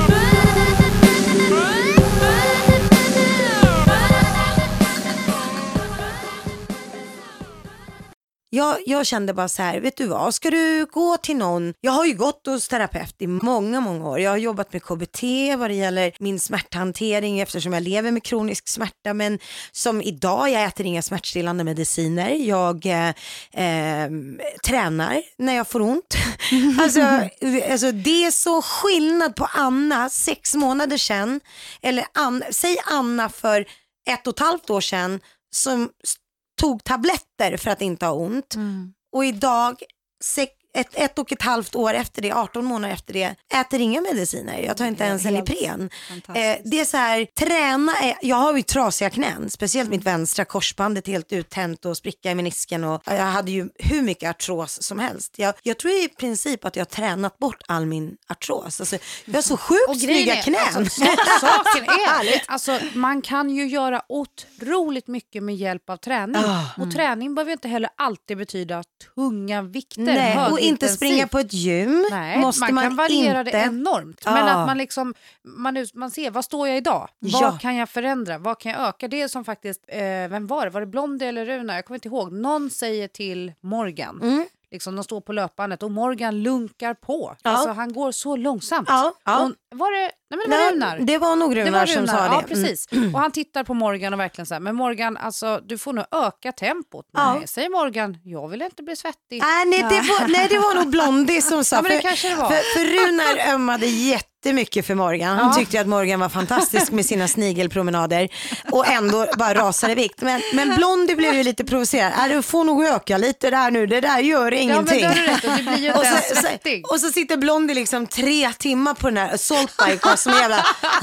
jag, jag kände bara så här, vet du vad, ska du gå till någon, jag har ju gått hos terapeut i många, många år. Jag har jobbat med K B T vad det gäller min smärthantering eftersom jag lever med kronisk smärta, men som idag, jag äter inga smärtstillande mediciner, jag eh, eh, tränar när jag får ont. alltså, alltså det är så skillnad på Anna sex månader sedan, eller Anna, säg Anna för ett och ett halvt år sedan som tog tabletter för att inte ha ont. Mm. Och idag, sex, ett, ett och ett halvt år efter det, arton månader efter det, äter inga mediciner. Jag tar inte ens en Ipren. Eh, det är så här, träna, är, jag har ju trasiga knän, speciellt mitt vänstra korsbandet helt uttänt och spricka i menisken. Och jag hade ju hur mycket artros som helst. Jag, jag tror i princip att jag har tränat bort all min artros. Alltså, jag har så sjukt snygga knän. Alltså, saken är, alltså, man kan ju göra otroligt mycket med hjälp av träning. Oh. Och träning behöver inte heller alltid betyda tunga vikter. Nej, och inte springa på ett gym. Nej, måste man, man kan variera inte. det enormt. Men ah. att man liksom, man, man ser, vad står jag idag? Vad ja. kan jag förändra? Vad kan jag öka? Det är som faktiskt, eh, vem var det? Var det Blondie eller Runa? Jag kommer inte ihåg. Någon säger till Morgan, mm. liksom, de står på löpandet och Morgan lunkar på. Ja. Alltså han går så långsamt. Ja. Ja. Och, var det, nej, men det var Runar. Det var nog Runar, det var Runar som sa det. Ja, precis. Mm. Och han tittar på Morgan och verkligen så här, men Morgan, alltså du får nog öka tempot. Ja. Nej, säger Morgan, jag vill inte bli svettig. Nej, nej, det, var, nej det var nog Blondie som sa. Ja, men det för, kanske det var. För, för Runar ömmade jättemycket för Morgan. Han ja. tyckte att Morgan var fantastisk med sina snigelpromenader och ändå bara rasade i vikt. Men, men Blondie blev ju lite provocerad. Äh, du får nog öka lite där nu, det där gör ingenting. Ja, men det, det blir ju och, så, svettig. Så, och så sitter Blondie liksom tre timmar på den här saltbike som en jävla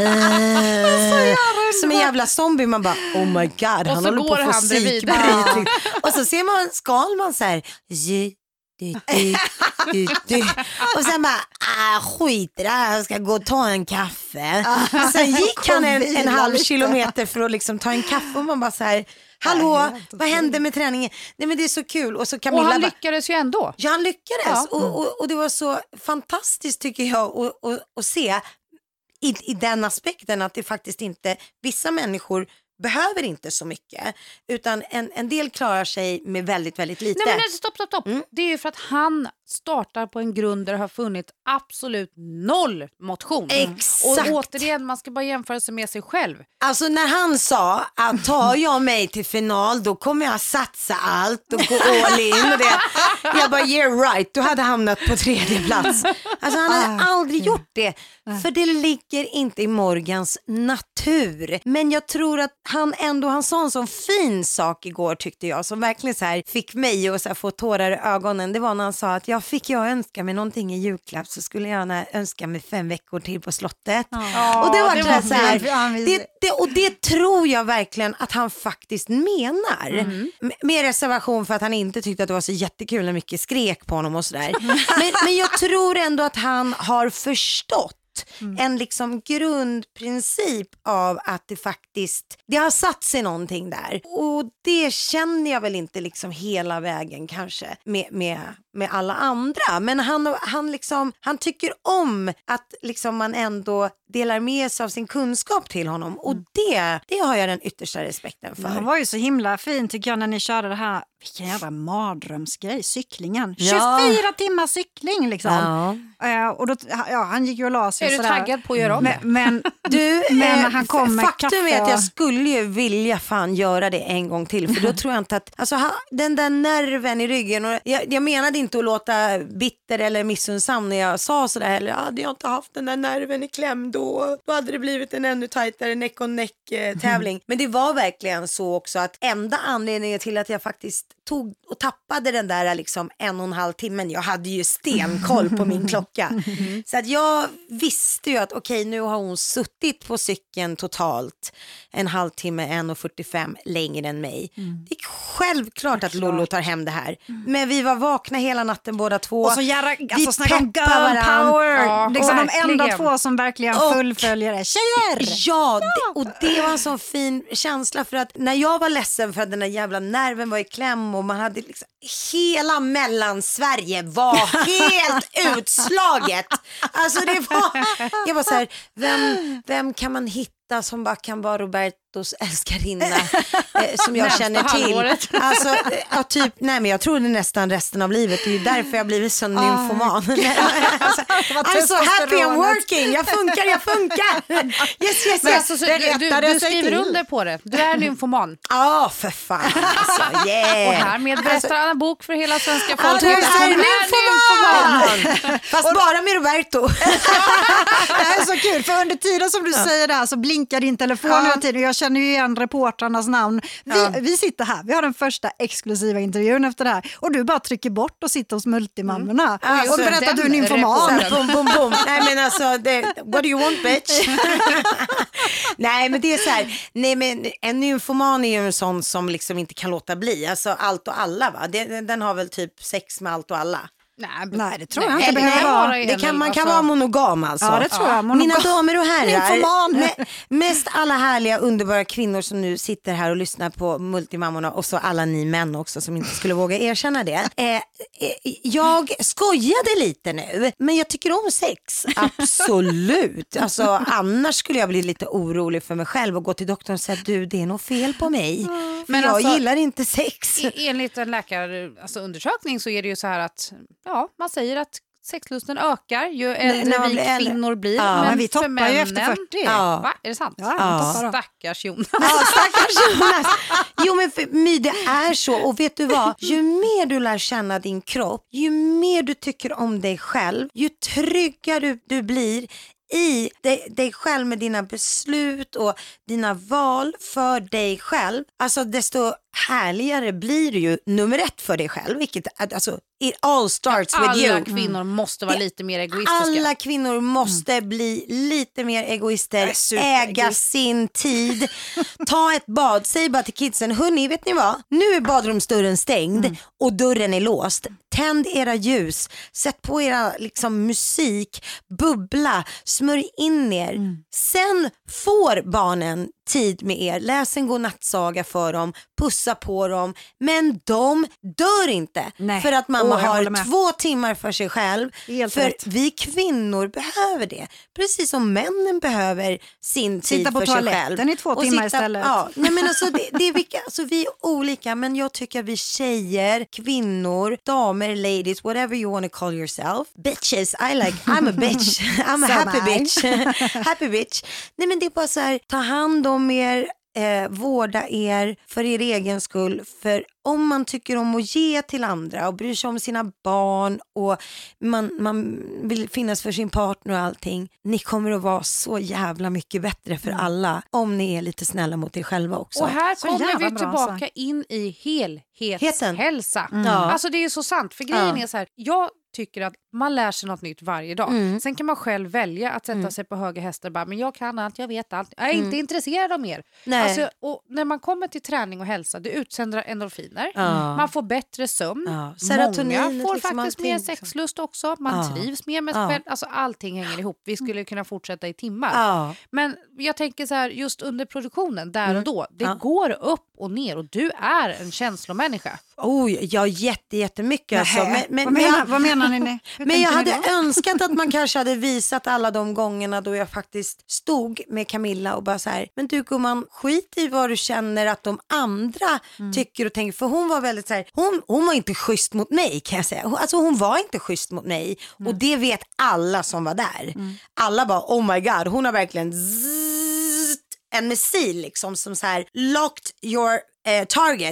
äh, som en jävla zombie. Man bara, oh my god, han håller på att få psykbryt. Och så ser man Skalman så här, j- Du, du, du, du. Och sen bara, ah, skit i det här, jag ska gå och ta en kaffe. Sen gick han en, en halv kilometer för att liksom ta en kaffe och man bara så här, hallå, vad hände med träningen? Nej men det är så kul. Och, så Camilla och han bara, lyckades ju ändå. Ja, han lyckades. Ja. Och, och, och det var så fantastiskt tycker jag att, att, att se i, i den aspekten att det faktiskt inte, vissa människor behöver inte så mycket, utan en, en del klarar sig med väldigt, väldigt lite. Nej men stopp, stopp, stopp. Mm. Det är ju för att han startar på en grund där det har funnits absolut noll motion. Exakt. Och återigen, man ska bara jämföra sig med sig själv. Alltså när han sa att tar jag mig till final då kommer jag satsa allt och gå all in och det. Jag bara, yeah right, du hade hamnat på tredje plats. Alltså han hade aldrig gjort det, för det ligger inte i Morgans natur. Men jag tror att han ändå, han sa en sån fin sak igår tyckte jag, som verkligen så här fick mig att så här få tårar i ögonen. Det var när han sa att jag fick jag önska mig någonting i julklapp så skulle jag gärna önska mig fem veckor till på slottet. Oh, och det var, det var så här, det, det, det, och det tror jag verkligen att han faktiskt menar. Mm. Med reservation för att han inte tyckte att det var så jättekul när mycket skrek på honom och sådär. men, men jag tror ändå att han har förstått Mm. en liksom grundprincip av att det faktiskt, det har satt sig någonting där. Och det känner jag väl inte liksom hela vägen kanske med, med, med alla andra. Men han, han, liksom, han tycker om att liksom man ändå delar med sig av sin kunskap till honom. Och det, det har jag den yttersta respekten för. Han var ju så himla fin tycker jag när ni körde det här. Vilken jävla mardrömsgrej, cyklingen. Ja. tjugofyra timmar cykling liksom. Ja. Uh, och då, ja, han gick ju och la sig. Är du sådär. taggad på att göra om det? Men, men, du, men eh, han kom med faktum kaffe är att och... jag skulle ju vilja fan göra det en gång till. För då tror jag inte att, alltså han, den där nerven i ryggen. Och jag, jag menade inte att låta bitter eller missunnsam när jag sa sådär. Eller hade jag inte haft den där nerven i kläm då, då hade det blivit en ännu tajtare neck och neck eh, tävling. Mm. Men det var verkligen så också att enda anledningen till att jag faktiskt tog och tappade den där liksom en och en halv timmen. Jag hade ju stenkoll på min klocka. Mm. Så att jag visste ju att okej, okay, nu har hon suttit på cykeln totalt en halvtimme, en och fyrtiofem längre än mig. Mm. Det är självklart att Lollo tar hem det här. Mm. Men vi var vakna hela natten båda två. Och så jära, alltså snacka om girl power. Ja, liksom de enda två som verkligen fullföljer det. Tjejer! Ja, det, och det var en sån fin känsla för att när jag var ledsen för att den där jävla nerven var i kläm och man hade liksom, hela Mellansverige var helt utslaget. Alltså det var, jag var så här, vem, vem kan man hitta Britta som bara kan vara Robertos älskarinna eh, som jag känner till. Alltså, ja, typ, nej men jag tror det nästan resten av livet. Det är ju därför jag blivit så nymfoman. alltså, I'm so happy I'm working. Jag funkar, jag funkar. Yes, yes, Men, yes. alltså, så, du, du skriver under på det. Du är nymfoman. Ja, oh, för fan. Alltså, yeah. Och härmed berättar alltså, Anna Bok för hela svenska folket. Ja, du är nymfoman. Fast och, bara med Roberto. Det här är så kul, för under tiden som du ja. säger det här så blinkar din telefon ja. hela tiden. Jag känner ju igen reportrarnas namn. Vi, ja. vi sitter här, vi har den första exklusiva intervjun efter det här. Och du bara trycker bort och sitter hos multimammorna. Mm. Alltså, och berättar att du är nymfoman. Boom, boom, boom. Nej men alltså, det, what do you want bitch? Nej men det är så här, nej men en nymfoman är ju en sån som liksom inte kan låta bli. Alltså allt och alla va? Det, den har väl typ sex med allt och alla. Nej, nej, det tror jag nej, inte nej, behöver vara. Det kan, man kan alltså, vara monogam alltså. Ja, det tror jag. Monogam. Mina damer och herrar, med, mest alla härliga, underbara kvinnor som nu sitter här och lyssnar på multimammorna och så alla ni män också som inte skulle våga erkänna det. Eh, eh, jag skojade lite nu, men jag tycker om sex. Absolut. Alltså, annars skulle jag bli lite orolig för mig själv och gå till doktorn och säga du, det är nog fel på mig. Mm. Men jag alltså, gillar inte sex. Enligt en läkarundersökning alltså, så är det ju så här att ja, man säger att sexlusten ökar ju äldre vi blir kvinnor blir. Ja, men, men vi toppar männen, ju efter fyrtio. Ja. Va? Är det sant? Ja, ja. Stackars Jonas. Ja, stackars Jonas. Jo men för, My, det är så. Och vet du vad? Ju mer du lär känna din kropp, ju mer du tycker om dig själv, ju tryggare du, du blir i dig, dig själv med dina beslut och dina val för dig själv. Alltså desto härligare blir det ju nummer ett för dig själv. Vilket, alltså, it all starts alla with you. Alla kvinnor måste vara lite mer egoistiska. Alla kvinnor måste mm. bli lite mer egoister. Äga sin tid. Ta ett bad. Säg bara till kidsen, hörni, vet ni vad? Nu är badrumsdörren stängd mm. och dörren är låst. Tänd era ljus. Sätt på era liksom, musik. Bubbla. Smörj in er. Mm. Sen får barnen tid med er. Läs en godnattsaga för dem. Pussa på dem. Men de dör inte. Nej. För att mamma oh, har två timmar för sig själv. Helt för rätt. Vi kvinnor behöver det. Precis som männen behöver sin sitta tid för sig själv. Sitta på toaletten i två och timmar sitta, istället. Ja, nej men alltså, det, det är vilka, alltså vi är olika. Men jag tycker att vi tjejer, kvinnor, damer, ladies, whatever you want to call yourself. Bitches, I like, I'm a bitch. I'm a happy bitch. Happy bitch. Nej men det är bara så här, ta hand om er. Eh, vårda er för er egen skull. För om man tycker om att ge till andra och bryr sig om sina barn och man, man vill finnas för sin partner och allting, ni kommer att vara så jävla mycket bättre för mm. alla om ni är lite snälla mot er själva också. Och här så kommer vi tillbaka bra, in i helhetshälsa. Mm. Alltså det är så sant, för grejen ja. är så här, jag tycker att man lär sig något nytt varje dag. Mm. Sen kan man själv välja att sätta mm. sig på höga hästar och bara, men jag kan allt, jag vet allt. Jag är mm. inte intresserad av mer. Alltså, och när man kommer till träning och hälsa, det utsänder endorfiner. Ja. Man får bättre sömn. Ja. Serotonin, många får liksom faktiskt mer sexlust också. Man ja. trivs mer med sig ja. själv. Alltså allting hänger ihop. Vi skulle kunna fortsätta i timmar. Ja. Men jag tänker så här, just under produktionen, där mm. och då. Det ja. går upp och ner och du är en känslomänniska. Oh, ja, jätte, jättemycket. Alltså. Men, men, vad, menar, jag, vad menar ni? ni? Men jag hade önskat att man kanske hade visat alla de gångerna då jag faktiskt stod med Camilla och bara så här, men du gumman, skit i vad du känner att de andra mm. tycker och tänker. För hon var väldigt så här, hon, hon var inte schysst mot mig kan jag säga. Alltså hon var inte schysst mot mig mm. och det vet alla som var där. Mm. Alla bara, oh my god, hon har verkligen zzzt, en missil liksom som så här, locked your eh, target.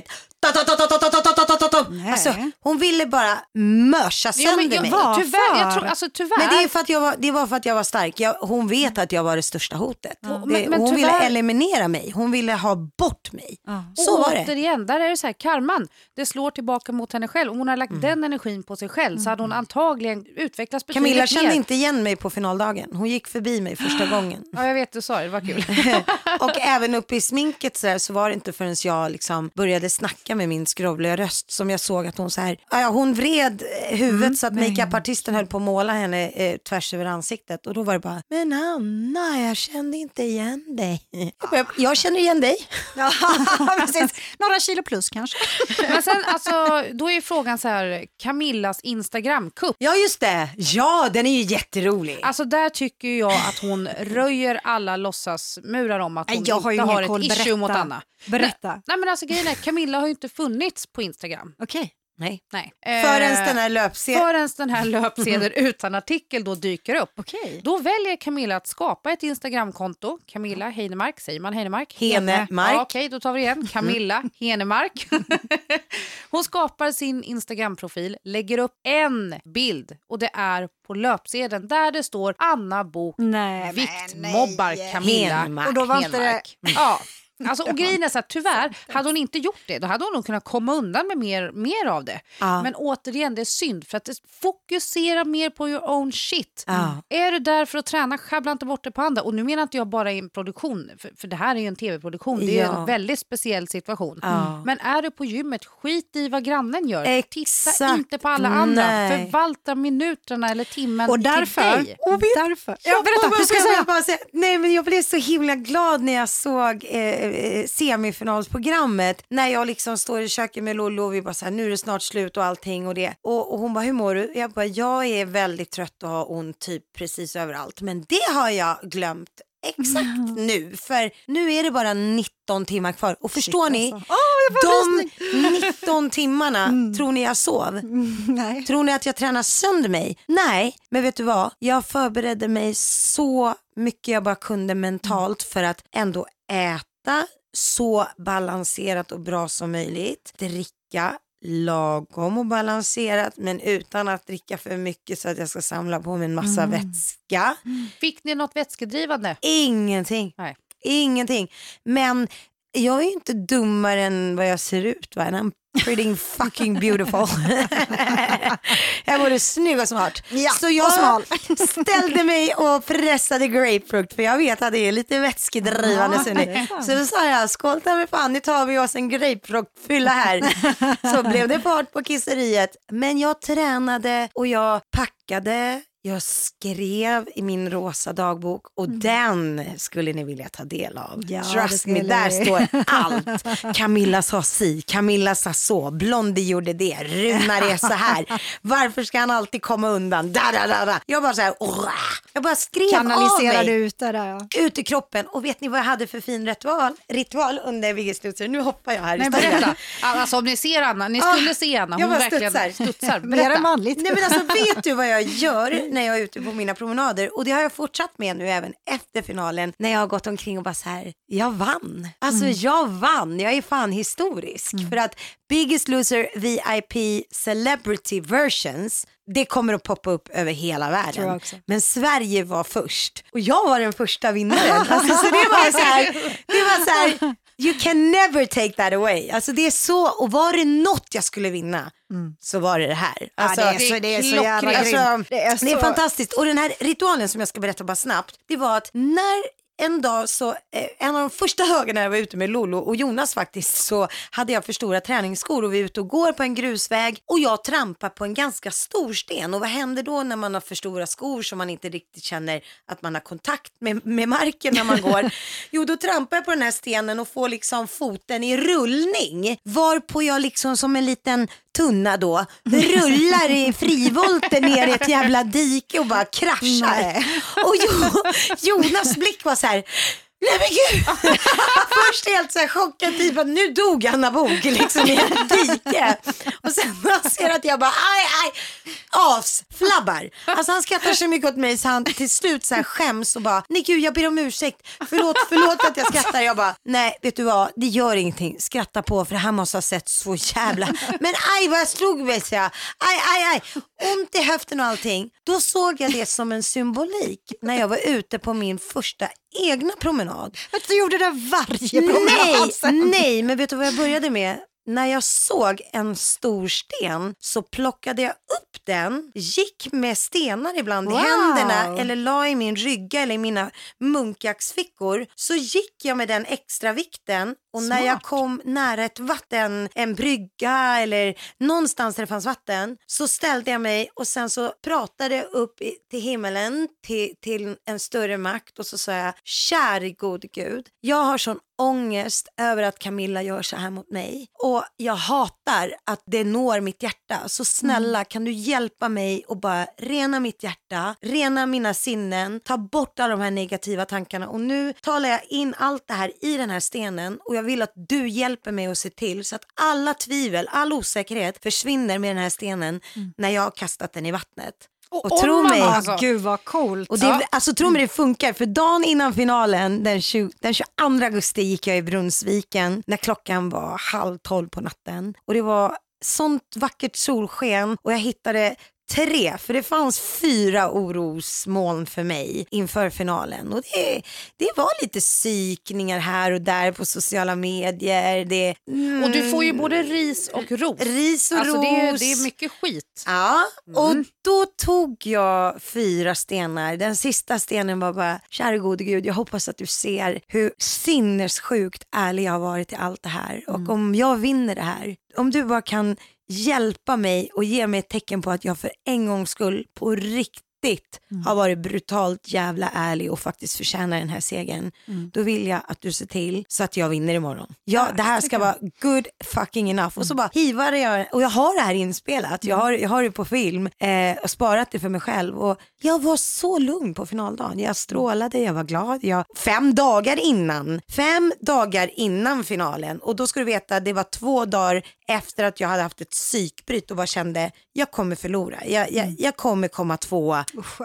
Alltså, hon ville bara mörsa sönder ja, men, mig. Tyvärr, jag tror, alltså, tyvärr. Men det, är för att jag var, det var för att jag var stark. Jag, hon vet att jag var det största hotet. Ja. Det, men, men hon tyvärr... ville eliminera mig. Hon ville ha bort mig. Ja. Så och var det. Återigen, där är det så här, karman. Det slår tillbaka mot henne själv. Om hon har lagt mm. den energin på sig själv så hade hon antagligen utvecklats betydligt Camilla kände mer. inte igen mig på finaldagen. Hon gick förbi mig första gången. Ja, jag vet, du sa det. Det var kul. Och även uppe i sminket så, där, så var det inte förrän jag liksom började snacka med min skrovliga röst som jag såg att hon så här, ja, hon vred huvudet mm, så att makeup-artisten höll på att måla henne eh, tvärs över ansiktet och då var det bara, men Anna, jag kände inte igen dig. Jag, jag känner igen dig. Ja, precis. Några kilo plus kanske. Men sen alltså, då är frågan så här, Camillas Instagram-kupp. Ja just det, ja den är ju jätterolig. Alltså där tycker jag att hon röjer alla låtsasmurar om att hon jag har inte har ett koll. issue Berätta. mot Anna. Berätta. Nej, nej men alltså grejen är, Camilla har ju inte funnits på Instagram. Okej. Okay. Nej. Nej. Förrän den här löpsedeln Förrän den här löpsedeln utan artikel då dyker upp. Okay. Då väljer Camilla att skapa ett Instagramkonto. Camilla Heinemark, säger man Heinemark? Henemark. Ja, okej, då tar vi det igen. Camilla Henemark. Hon skapar sin Instagram-profil, lägger upp en bild och det är på löpsedeln där det står Anna Bok nej, viktmobbar nej. Camilla Henmark. Och då var inte det... Ja. Alltså, och grejen är så att tyvärr hade hon inte gjort det, då hade hon nog kunnat komma undan med mer, mer av det. Ja. Men återigen, det är synd för att det fokusera mer på your own shit. Ja. Är du där för att träna, schabbla inte bort det på andra. Och nu menar inte jag bara i en produktion, för, för det här är ju en tv-produktion. Det är ja. en väldigt speciell situation. Ja. Men är du på gymmet, skit i vad grannen gör. Exakt. Titta inte på alla andra. Nej. Förvalta minuterna eller timmen och därför, till dig. Och därför. Ja, berätta, jag, ska jag, bara säga, nej, men jag blev så himla glad när jag såg eh, semifinalsprogrammet när jag liksom står i köket med Lollo och vi bara så här, nu är det snart slut och allting och det. Och, och hon bara, hur mår du? Jag bara, jag är väldigt trött och har ont typ precis överallt. Men det har jag glömt exakt mm. nu. För nu är det bara nitton timmar kvar. Och förstår Shit, ni, alltså. oh, de nitton timmarna, mm. tror ni jag sov? Mm, nej. Tror ni att jag tränar sönder mig? Nej, men vet du vad? Jag förberedde mig så mycket jag bara kunde mentalt för att ändå äta så balanserat och bra som möjligt. Dricka lagom och balanserat men utan att dricka för mycket så att jag ska samla på mig en massa mm. vätska. Fick ni något vätskedrivande? Ingenting. Nej. Ingenting. Men jag är ju inte dummare än vad jag ser ut, va? And I'm pretty fucking beautiful. Jag är både snygg och smart. Ja, så jag och smal. ställde mig och pressade grapefrukt för jag vet att det är lite vätskedrivande. Ja, så då sa jag, skål ta mig fan, nu tar vi oss en grapefruktfylla här. Så blev det fart på kisseriet. Men jag tränade och jag packade. Jag skrev i min rosa dagbok och mm. den skulle ni vilja ta del av. Ja, Trust me, där står allt. Camilla sa si, Camilla sa så, Blondie gjorde det, Runar är så här. Varför ska han alltid komma undan? Da, da, da, da. Jag bara så här, oh, jag bara skrev kanaliserade av mig. ut det där. Ja. Ut i kroppen. Och vet ni vad jag hade för fin ritual? Ritual under Viggeslutser. Nu hoppar jag här. Nej, berätta. Alltså om ni ser Anna, ni skulle ah, se Anna. Hon jag bara verkligen studsar. studsar. Mer än vanligt. Nej men alltså vet du vad jag gör när jag är ute på mina promenader? Och det har jag fortsatt med nu även efter finalen. När jag har gått omkring och bara så här, jag vann. Alltså mm. jag vann. Jag är fan historisk. Mm. För att Biggest Loser V I P Celebrity Versions, det kommer att poppa upp över hela världen. Men Sverige var först. Och jag var den första vinnaren. Alltså, så det var så här, det var så här, you can never take that away. Alltså det är så, och var det något jag skulle vinna mm. så var det det här. Alltså, ja, det är så, det är så jävla alltså, det, är så... det är fantastiskt. Och den här ritualen som jag ska berätta bara snabbt, det var att när en dag så, eh, en av de första högarna jag var ute med Lolo och Jonas faktiskt, så hade jag för stora träningsskor och vi är ute och går på en grusväg och jag trampar på en ganska stor sten. Och vad händer då när man har för stora skor som man inte riktigt känner att man har kontakt med, med marken när man går? Jo, då trampar jag på den här stenen och får liksom foten i rullning, varpå jag liksom som en liten tunna då rullar i frivolten ner i ett jävla dike och bara kraschar. Nej. Och jo, Jonas blick var så här, nej men gud. Först helt så här chockad typ att nu dog Anna Bok liksom i ett dike. Och sen när han ser att jag bara aj aj as flabbar. Alltså han skrattar så mycket åt mig så han till slut så här skäms och bara, nej gud jag ber om ursäkt. Förlåt, förlåt att jag skrattar. Jag bara, nej vet du vad, det gör ingenting. Skratta på för det här måste ha sett så jävla. Men aj vad jag slog mig så jag. Aj aj aj. Ont i höften och allting. Då såg jag det som en symbolik när jag var ute på min första egna promenad. Att du gjorde det varje promenad. Nej, nej, men vet du vad jag började med? när jag såg en stor sten så plockade jag upp den, gick med stenar ibland Wow. i händerna eller la i min rygga eller i mina munkaxfickor. Så gick jag med den extra vikten och när jag Smart. kom nära ett vatten, en brygga eller någonstans där det fanns vatten, så ställde jag mig och sen så pratade jag upp i, till himmelen, till, till en större makt och så sa jag, kär gode Gud, jag har sån ångest över att Camilla gör så här mot mig och jag hatar att det når mitt hjärta, så snälla kan du hjälpa mig och bara rena mitt hjärta, rena mina sinnen, ta bort alla de här negativa tankarna och nu talar jag in allt det här i den här stenen och jag vill att du hjälper mig att se till så att alla tvivel, all osäkerhet försvinner med den här stenen mm. när jag har kastat den i vattnet. Och, och tro mig, alltså. Gud vad coolt. och det, ja. alltså, tro mig det funkar, för dagen innan finalen den, tjugo, den tjugoandra augusti gick jag i Brunnsviken när klockan var halv tolv på natten och det var sånt vackert solsken och jag hittade tre, för det fanns fyra orosmoln för mig inför finalen och det, det var lite psykningar här och där på sociala medier. Det, mm, och du får ju både ris och ros. Ris och alltså, ros. Det är, det är mycket skit. Ja, och Mm. då tog jag fyra stenar. Den sista stenen var bara, kära gode Gud, jag hoppas att du ser hur sinnessjukt ärlig jag har varit i allt det här. Och Mm. om jag vinner det här, om du bara kan hjälpa mig och ge mig ett tecken på att jag för en gångs skull på riktigt mm. har varit brutalt jävla ärlig och faktiskt förtjänar den här segern, mm. då vill jag att du ser till så att jag vinner imorgon. Ja, det här ska vara good fucking enough. Mm. Och så bara hivade jag, och jag har det här inspelat, jag har, jag har det på film eh, och sparat det för mig själv och jag var så lugn på finaldagen. Jag strålade, jag var glad. Jag, fem dagar innan, fem dagar innan finalen, och då ska du veta, det var två dagar efter att jag hade haft ett psykbryt och bara kände, jag kommer förlora. Jag, jag, jag kommer komma tvåa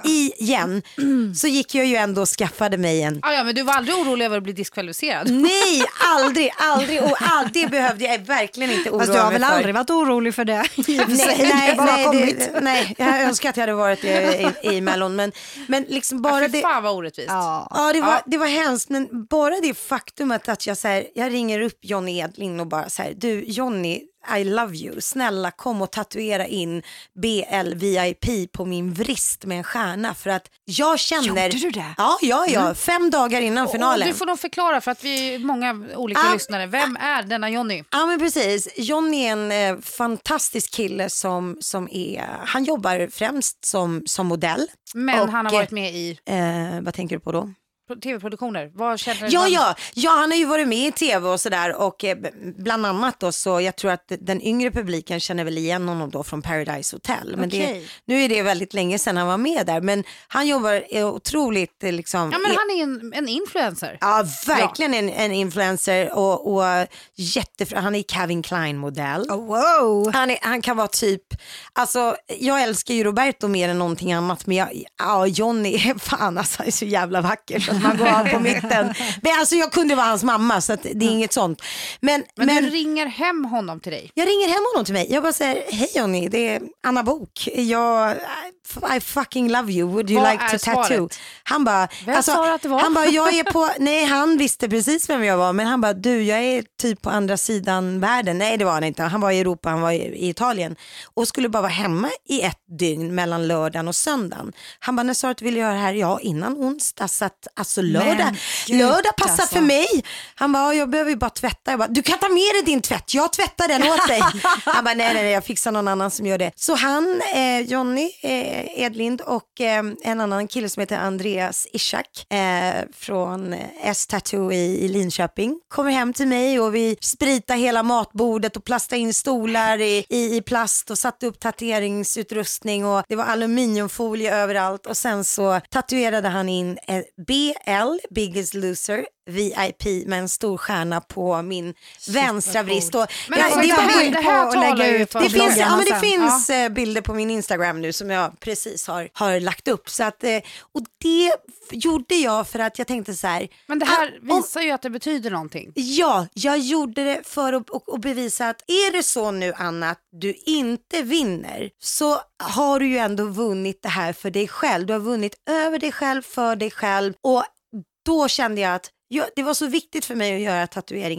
igen. Mm. Så gick jag ju ändå och skaffade mig en... Ah, ja, men du var aldrig orolig över att bli diskvalificerad? Nej, aldrig, aldrig. Och alltid behövde jag verkligen inte oroa mig för. Fast du har väl aldrig varit orolig för det? nej, nej, nej, det, nej, jag önskar att jag hade varit i, i, i Mellon. Men, men liksom bara ja, det... fan vad orättvist. Ja, ja, det, var, ja. det var hemskt. Men bara det faktumet att jag, så här, jag ringer upp Johnny Edlin och bara så här, du Johnny, I love you, snälla kom och tatuera in B L V I P på min vrist med en stjärna, för att jag känner... Gjorde du det? Ja, ja, ja. Mm. Fem dagar innan finalen. Och du får nog förklara, för att vi är många olika ah, lyssnare. Vem är denna Johnny? Ja, men precis. Johnny är en eh, fantastisk kille som, som är... Han jobbar främst som, som modell. Men och, han har varit med i... Eh, vad tänker du på då? tv-produktioner. Vad känner ja, man? ja, ja, han har ju varit med i tv och sådär, och eh, bland annat då, så jag tror att den yngre publiken känner väl igen honom då från Paradise Hotel. Men okay. det, nu är det väldigt länge sedan han var med där, men han jobbar eh, otroligt eh, liksom... Ja, men han är en, en influencer. Ja, verkligen ja. En, en influencer och, och jättefra, han är Calvin Klein-modell. Oh, wow. Han, är, han kan vara typ, alltså jag älskar ju Roberto mer än någonting annat, men jag, ja, Johnny är fan alltså, är så jävla vacker så att man går av på mitten. Men alltså jag kunde vara hans mamma, så att det är inget sånt. Men, men, men du ringer hem honom till dig? Jag ringer hem honom till mig. Jag bara säger, hej Johnny, det är Anna Bok. Jag, I fucking love you. Would you Vad like är to tattoo? svaret? Han bara, vem alltså, sa att det var? han bara, jag är på, nej han visste precis vem jag var, men han bara, du jag är typ på andra sidan världen. Nej det var han inte, han var i Europa, han var i Italien och skulle bara vara hemma i ett dygn mellan lördagen och söndagen. Han bara, när sa du att du ville göra det här? Ja, innan onsdag, så att alltså lördag, men, Gud, lördag passar alltså. För mig. Han bara, jag behöver ju bara tvätta. Jag bara, du kan ta med dig din tvätt, jag tvättar den åt dig. Han bara, nej nej nej, jag fixar någon annan som gör det. Så han, eh, Johnny eh, Edlind och eh, en annan kille som heter Andreas Ishak eh, från S-Tattoo i, i Linköping kommer hem till mig och vi spritar hela matbordet och plastar in stolar i, i, i plast och satte upp tatueringsutrustning och det var aluminiumfolie överallt, och sen så tatuerade han in eh, B L, Biggest Loser V I P med en stor stjärna på min vänstra vrist. Och men jag, alltså, det, det, här, det här talar ju för det finns, ja, men det sen. finns ja. bilder på min Instagram nu som jag precis har, har lagt upp. Så att, och det gjorde jag för att jag tänkte så här. Men det här att, visar och, ju att det betyder någonting. Ja, jag gjorde det för att och, och bevisa att är det så nu Anna att du inte vinner, så har du ju ändå vunnit det här för dig själv. Du har vunnit över dig själv, för dig själv, och då kände jag att jag, det var så viktigt för mig att göra tatueringen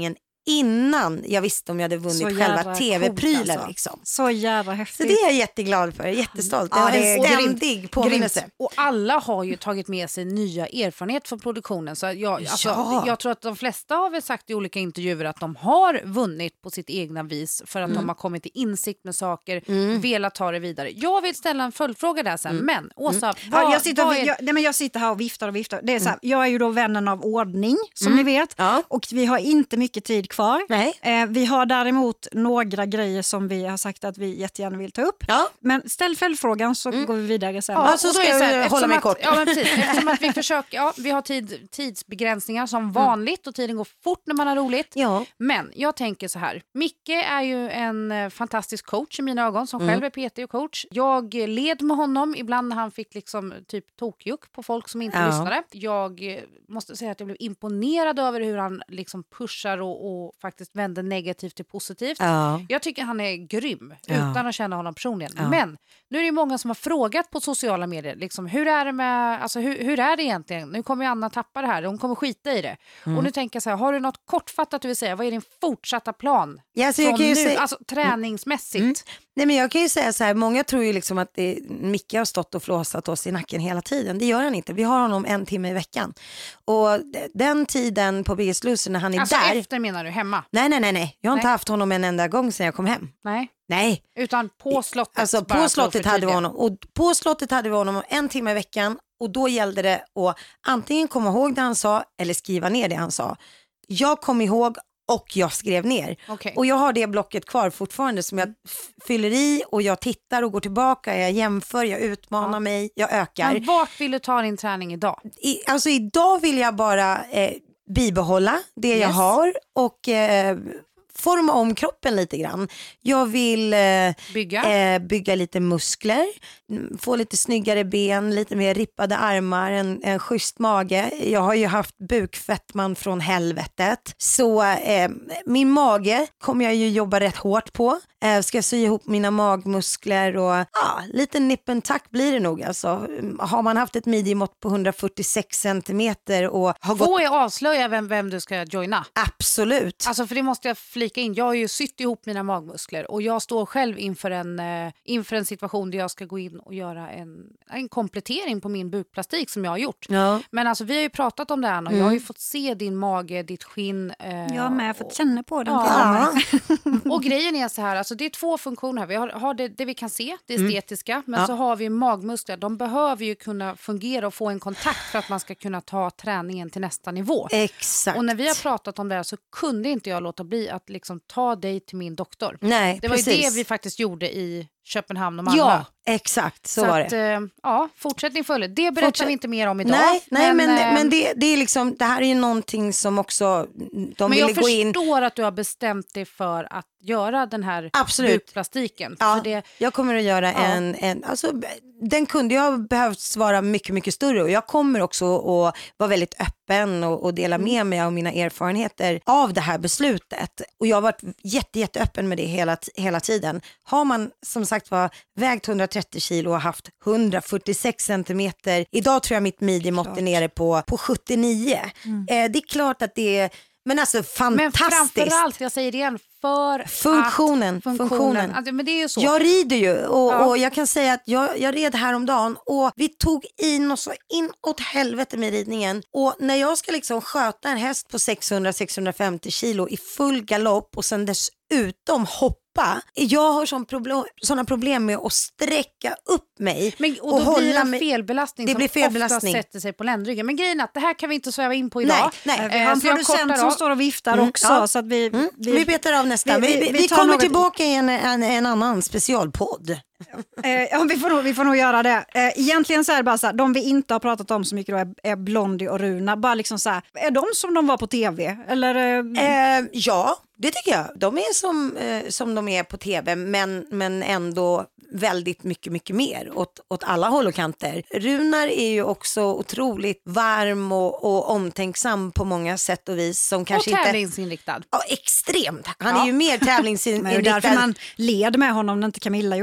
innan jag visste om jag hade vunnit Så själva jävla tv-prylen. coolt, alltså. Liksom. Så jävla Så häftigt. det är jag jätteglad för, jättestolt. Ja, det det är är en grymt. ständig påminnelse. Och alla har ju tagit med sig nya erfarenheter från produktionen. Så jag, alltså, Ja. jag tror att de flesta har väl sagt i olika intervjuer att de har vunnit på sitt egna vis för att Mm. de har kommit till insikt med saker, velat ta det vidare. Jag vill ställa en följdfråga där sen, Mm. men Åsa, Ja, vad, jag, sitter och, vad är... jag, nej, men jag sitter här och viftar och viftar. Det är så här, jag är ju då vännen av ordning, som ni vet. Ja. Och vi har inte mycket tid kvar. Nej. Eh, vi har däremot några grejer som vi har sagt att vi jättegärna vill ta upp. Ja. Men ställ följdfrågan så går vi vidare sen. Ja, så och då ska är det så jag här, hålla eftersom mig att, kort. Ja, men precis, eftersom att vi försöker, ja, vi har tid, tidsbegränsningar som vanligt och tiden går fort när man har roligt. Ja. Men jag tänker så här, Micke är ju en eh, fantastisk coach i mina ögon som själv är P T och coach. Jag eh, led med honom ibland när han fick liksom typ tokjuck på folk som inte Ja. lyssnade. Jag eh, måste säga att jag blev imponerad över hur han liksom pushar och, och faktiskt vänder negativt till positivt. Ja. Jag tycker han är grym Ja. utan att känna honom personligen. Ja. Men nu är det många som har frågat på sociala medier, liksom, hur är det med, alltså, hur, hur är det egentligen? Nu kommer ju Anna tappa det här, hon kommer skita i det. Mm. Och nu tänker jag så här, har du något kortfattat du vill säga? Vad är din fortsatta plan? Ja, så jag Från kan ju nu, säga- alltså träningsmässigt. Mm. Nej, men jag kan ju säga så här, många tror ju liksom att det, Micke har stått och flåsat oss i nacken hela tiden. Det gör han inte. Vi har honom en timme i veckan. Och d- den tiden på Biggest Loser när han är Alltså där. efter menar du, hemma? Nej, nej, nej, nej. Jag har inte Nej. haft honom en enda gång sedan jag kom hem. Nej, Nej. utan på slottet. Alltså bara på att slottet hade vi förtydliga. honom. Och på slottet hade vi honom en timme i veckan. Och då gällde det att antingen komma ihåg det han sa eller skriva ner det han sa. Jag kom ihåg och jag skrev ner. Okej. Och jag har det blocket kvar fortfarande som jag f- fyller i och jag tittar och går tillbaka, jag jämför, jag utmanar Ja. mig, jag ökar. Men vart vill du ta din träning idag? I, alltså idag vill jag bara eh, bibehålla det jag Yes. har och eh, forma om kroppen lite grann. Jag vill eh, Bygga? eh, bygga lite muskler, mm, få lite snyggare ben, lite mer rippade armar, en, en schysst mage. Jag har ju haft bukfettman från helvetet. Så eh, min mage kommer jag ju jobba rätt hårt på. Eh, ska sy ihop mina magmuskler och ja, lite nippen tack blir det nog. Alltså, har man haft ett midjemått på hundrafyrtiosex centimeter och har gått... Får jag avslöja vem, vem du ska joina? Absolut. Alltså för det måste jag flika in. Jag har ju sytt ihop mina magmuskler och jag står själv inför en, eh, inför en situation där jag ska gå in och göra en, en komplettering på min bukplastik som jag har gjort. Ja. Men alltså vi har ju pratat om det här och jag har ju fått se din mage, ditt skinn. Eh, Jag har med fått känna på den. Ja. Ja. Och grejen är så här, alltså det är två funktioner här. Vi har, har det, det vi kan se, det estetiska, men Ja. så har vi magmuskler. De behöver ju kunna fungera och få en kontakt för att man ska kunna ta träningen till nästa nivå. Exakt. Och när vi har pratat om det här så kunde inte jag låta bli att liksom ta dig till min doktor. Nej, Det var precis. ju det vi faktiskt gjorde i Köpenhamn och Malmö. Ja, exakt så, så var att, det. eh, ja, fortsättning följer. Det berättar Fortsätt- vi inte mer om idag. Nej, nej men, eh, men det, det är liksom, det här är ju någonting som också de men ville jag gå in. förstår att du har bestämt dig för att göra den här Absolut. bukplastiken. Ja, För det, jag kommer att göra Ja. en, en alltså, den kunde ju ha behövt vara mycket, mycket större och jag kommer också att vara väldigt öppen och, och dela med mig av mina erfarenheter av det här beslutet. Och jag har varit jätte, jätte öppen med det hela, hela tiden. Har man som sagt var vägt hundratrettio kilo och haft hundrafyrtiosex centimeter, idag tror jag mitt midjemått är nere på, på sjuttionio. Mm. Eh, det är klart att det är, men alltså men fantastiskt. framförallt, jag säger det igen, för Funktionen, att funktionen. funktionen. Alltså, men det är ju så. Jag rider ju och, Ja. och jag kan säga att jag, jag red häromdagen och vi tog in oss så inåt helvete med ridningen. Och när jag ska liksom sköta en häst på sexhundra till sexhundrafemtio kilo i full galopp och sen dessutom hoppa. Jag har sån problem, såna problem med att sträcka upp mig Men, och och, då hålla blir det en mig. felbelastning Det som blir felbelastning. ofta sätter sig på ländryggen. Men grejen är att det här kan vi inte sväva in på idag. Nej, nej. Vi har en så jag producent kortar som av. står och viftar Mm, också. ja. Så att vi, Mm. Vi, vi betar av nästa. vi- Vi, vi- vi, vi vi tar kommer något- tillbaka i en, en, en annan specialpodd. Eh, ja, vi, får nog, vi får nog göra det. Eh, egentligen så är det bara så här, de vi inte har pratat om så mycket då är, är Blondie och Runa. Bara liksom så här, är de som de var på tv? Eller, eh, Eh, ja, det tycker jag. De är som, eh, som de är på tv, men, men ändå väldigt mycket, mycket mer åt, åt alla håll och kanter. Runar är ju också otroligt varm och, och omtänksam på många sätt och vis. Som Och kanske inte... tävlingsinriktad. Ja, extremt. Han Ja. är ju mer men det är tävlingsinriktad. därför man led med honom när inte Camilla gjorde sitt bästa.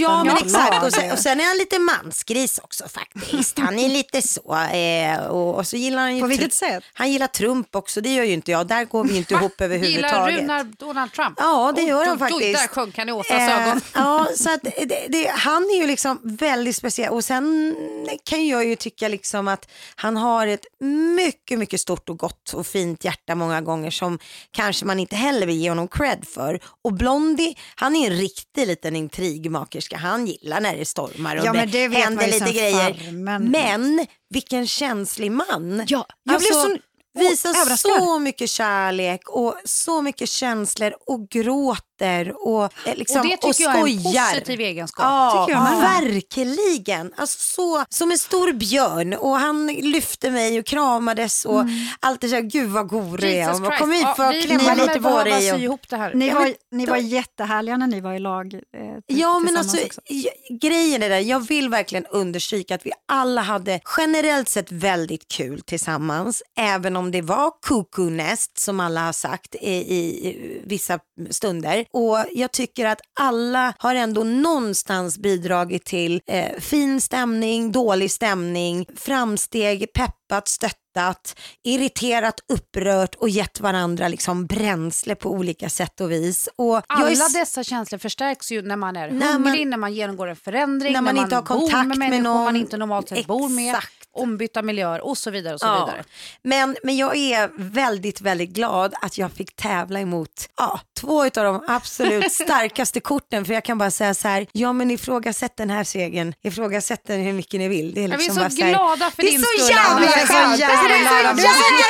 Ja, men Ja, exakt. Och sen, lag. och sen är han lite mansgris också faktiskt. Han är lite så. Eh, och, och så gillar han ju... På vilket Tr- sätt? Han gillar Trump också, det gör ju inte jag. Där går vi ju inte ihop Gillar överhuvudtaget. Runar Donald Trump? Ja, det Oj, gör han oj, oj, faktiskt. Där sjönk han i Åsas Eh, ögon. ja, så att det, det, han är ju liksom väldigt speciell. Och sen kan jag ju tycka liksom att han har ett mycket, mycket stort och gott och fint hjärta många gånger som kanske man inte heller vill ge honom cred för. Och Blondie, han är en riktig liten intrigmakerska. Han gillar när det stormar och Ja, men det, det vet man händer ju lite sen grejer. förr, men- men vilken känslig man. Ja, jag blev så visar överraskad. så mycket kärlek och så mycket känslor och gråter och, eh, liksom, Och det tycker och jag är en skojar. positiv egenskap. Ja, tycker jag med. verkligen. Alltså så, som en stor björn och han lyfte mig och kramades och allt det där. Gud vad god du är. Jesus Och Christ. kom hit för Ja, att vi klämma kommer lite på behöva dig. sy Och... ihop det här. Ni Ja, var, men ni då- var jättehärliga när ni var i lag. Eh, t- Ja, men tillsammans alltså också. j- grejen är där, jag vill verkligen understryka att vi alla hade generellt sett väldigt kul tillsammans, även om det var cuckoo-nest som alla har sagt i, i vissa stunder. Och jag tycker att alla har ändå någonstans bidragit till eh, fin stämning, dålig stämning, framsteg, peppat, stöttat, irriterat, upprört och gett varandra liksom bränsle på olika sätt och vis. Och jag Alla är s- dessa känslor förstärks ju när man är När hungrig, man- när man genomgår en förändring, när man inte har bor kontakt med med människor någon. man inte normalt sett bor med, Exakt. ombytta miljöer och så vidare och så Ja. vidare. Men, men jag är väldigt, väldigt glad att jag fick tävla emot ja, två av de absolut starkaste korten. För jag kan bara säga så här, ja men ifrågasätt den här segern, ifrågasätt den hur mycket ni vill. Det är Ja, vi är liksom så bara så här, glada för det är din så skull, jävla Anna. Jag är så skönt. jävla Det är så glad.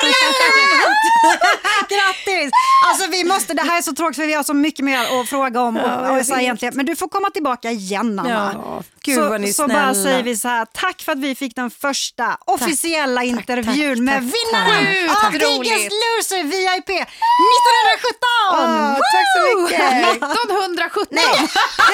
jävla Grattis! Alltså vi måste, det här är så tråkigt för vi har så mycket mer att fråga om. Och, Ja, jag och så här vet. egentligen. Men du får komma tillbaka igen, Anna. Ja, gud så vad ni är så bara snälla. säger vi så här, tack för att vi fick den första officiella intervjun tack, med tack, vinnaren tack. av Sjukt Biggest roligt. Loser V I P nittonhundrasjutton! Åh, tack så mycket. nittonhundrasjutton! Nej.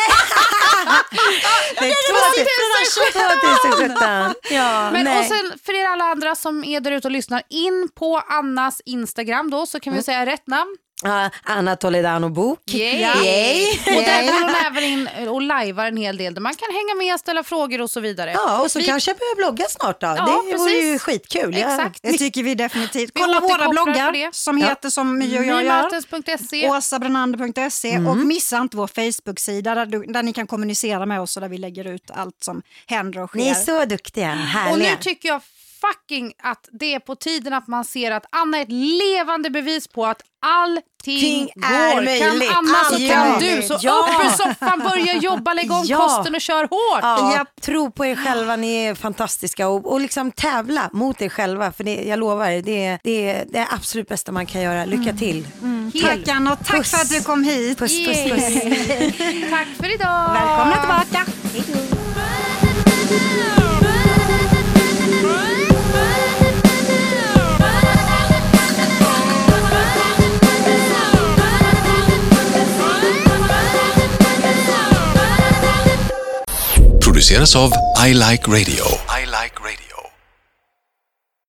Nej, tvåtusensjutton. Ja, Men nej. och sen för er alla andra som är där ute och lyssnar, in på Annas Instagram då så kan vi säga rätt namn. Ja, Anna Toledano bok. Yay. Yay. Och där går hon även in och lajvar en hel del där man kan hänga med, ställa frågor och så vidare. Ja, och så Vi- kanske jag börjar blogga snart då. Ja, det vore ju precis. skitkul. Jag- Exakt. Det tycker vi definitivt. Vi Kolla våra återkopplar på bloggar det. som Ja. heter som My och jag gör. mymartens punkt se. åsabrenander punkt se och missa inte vår Facebook-sida där, du, där ni kan kommunicera med oss och där vi lägger ut allt som händer och sker. Ni är så duktiga, härliga. Och nu tycker jag fucking att det är på tiden att man ser att Anna är ett levande bevis på att allting Ting går. är möjligt. Kan Anna så Allt kan är du. möjligt. Så Ja. upp ur soffan, börja jobba, lägg om Ja. kosten och kör hårt. Ja, Japp. tro på er själva, ni är fantastiska och, och liksom tävla mot er själva för det, jag lovar, det är, det är det är absolut bästa man kan göra. Lycka till. Tack Anna och tack Puss. för att du kom hit. Puss, puss, puss. Tack för idag. Välkomna tillbaka. Produceras av I Like Radio.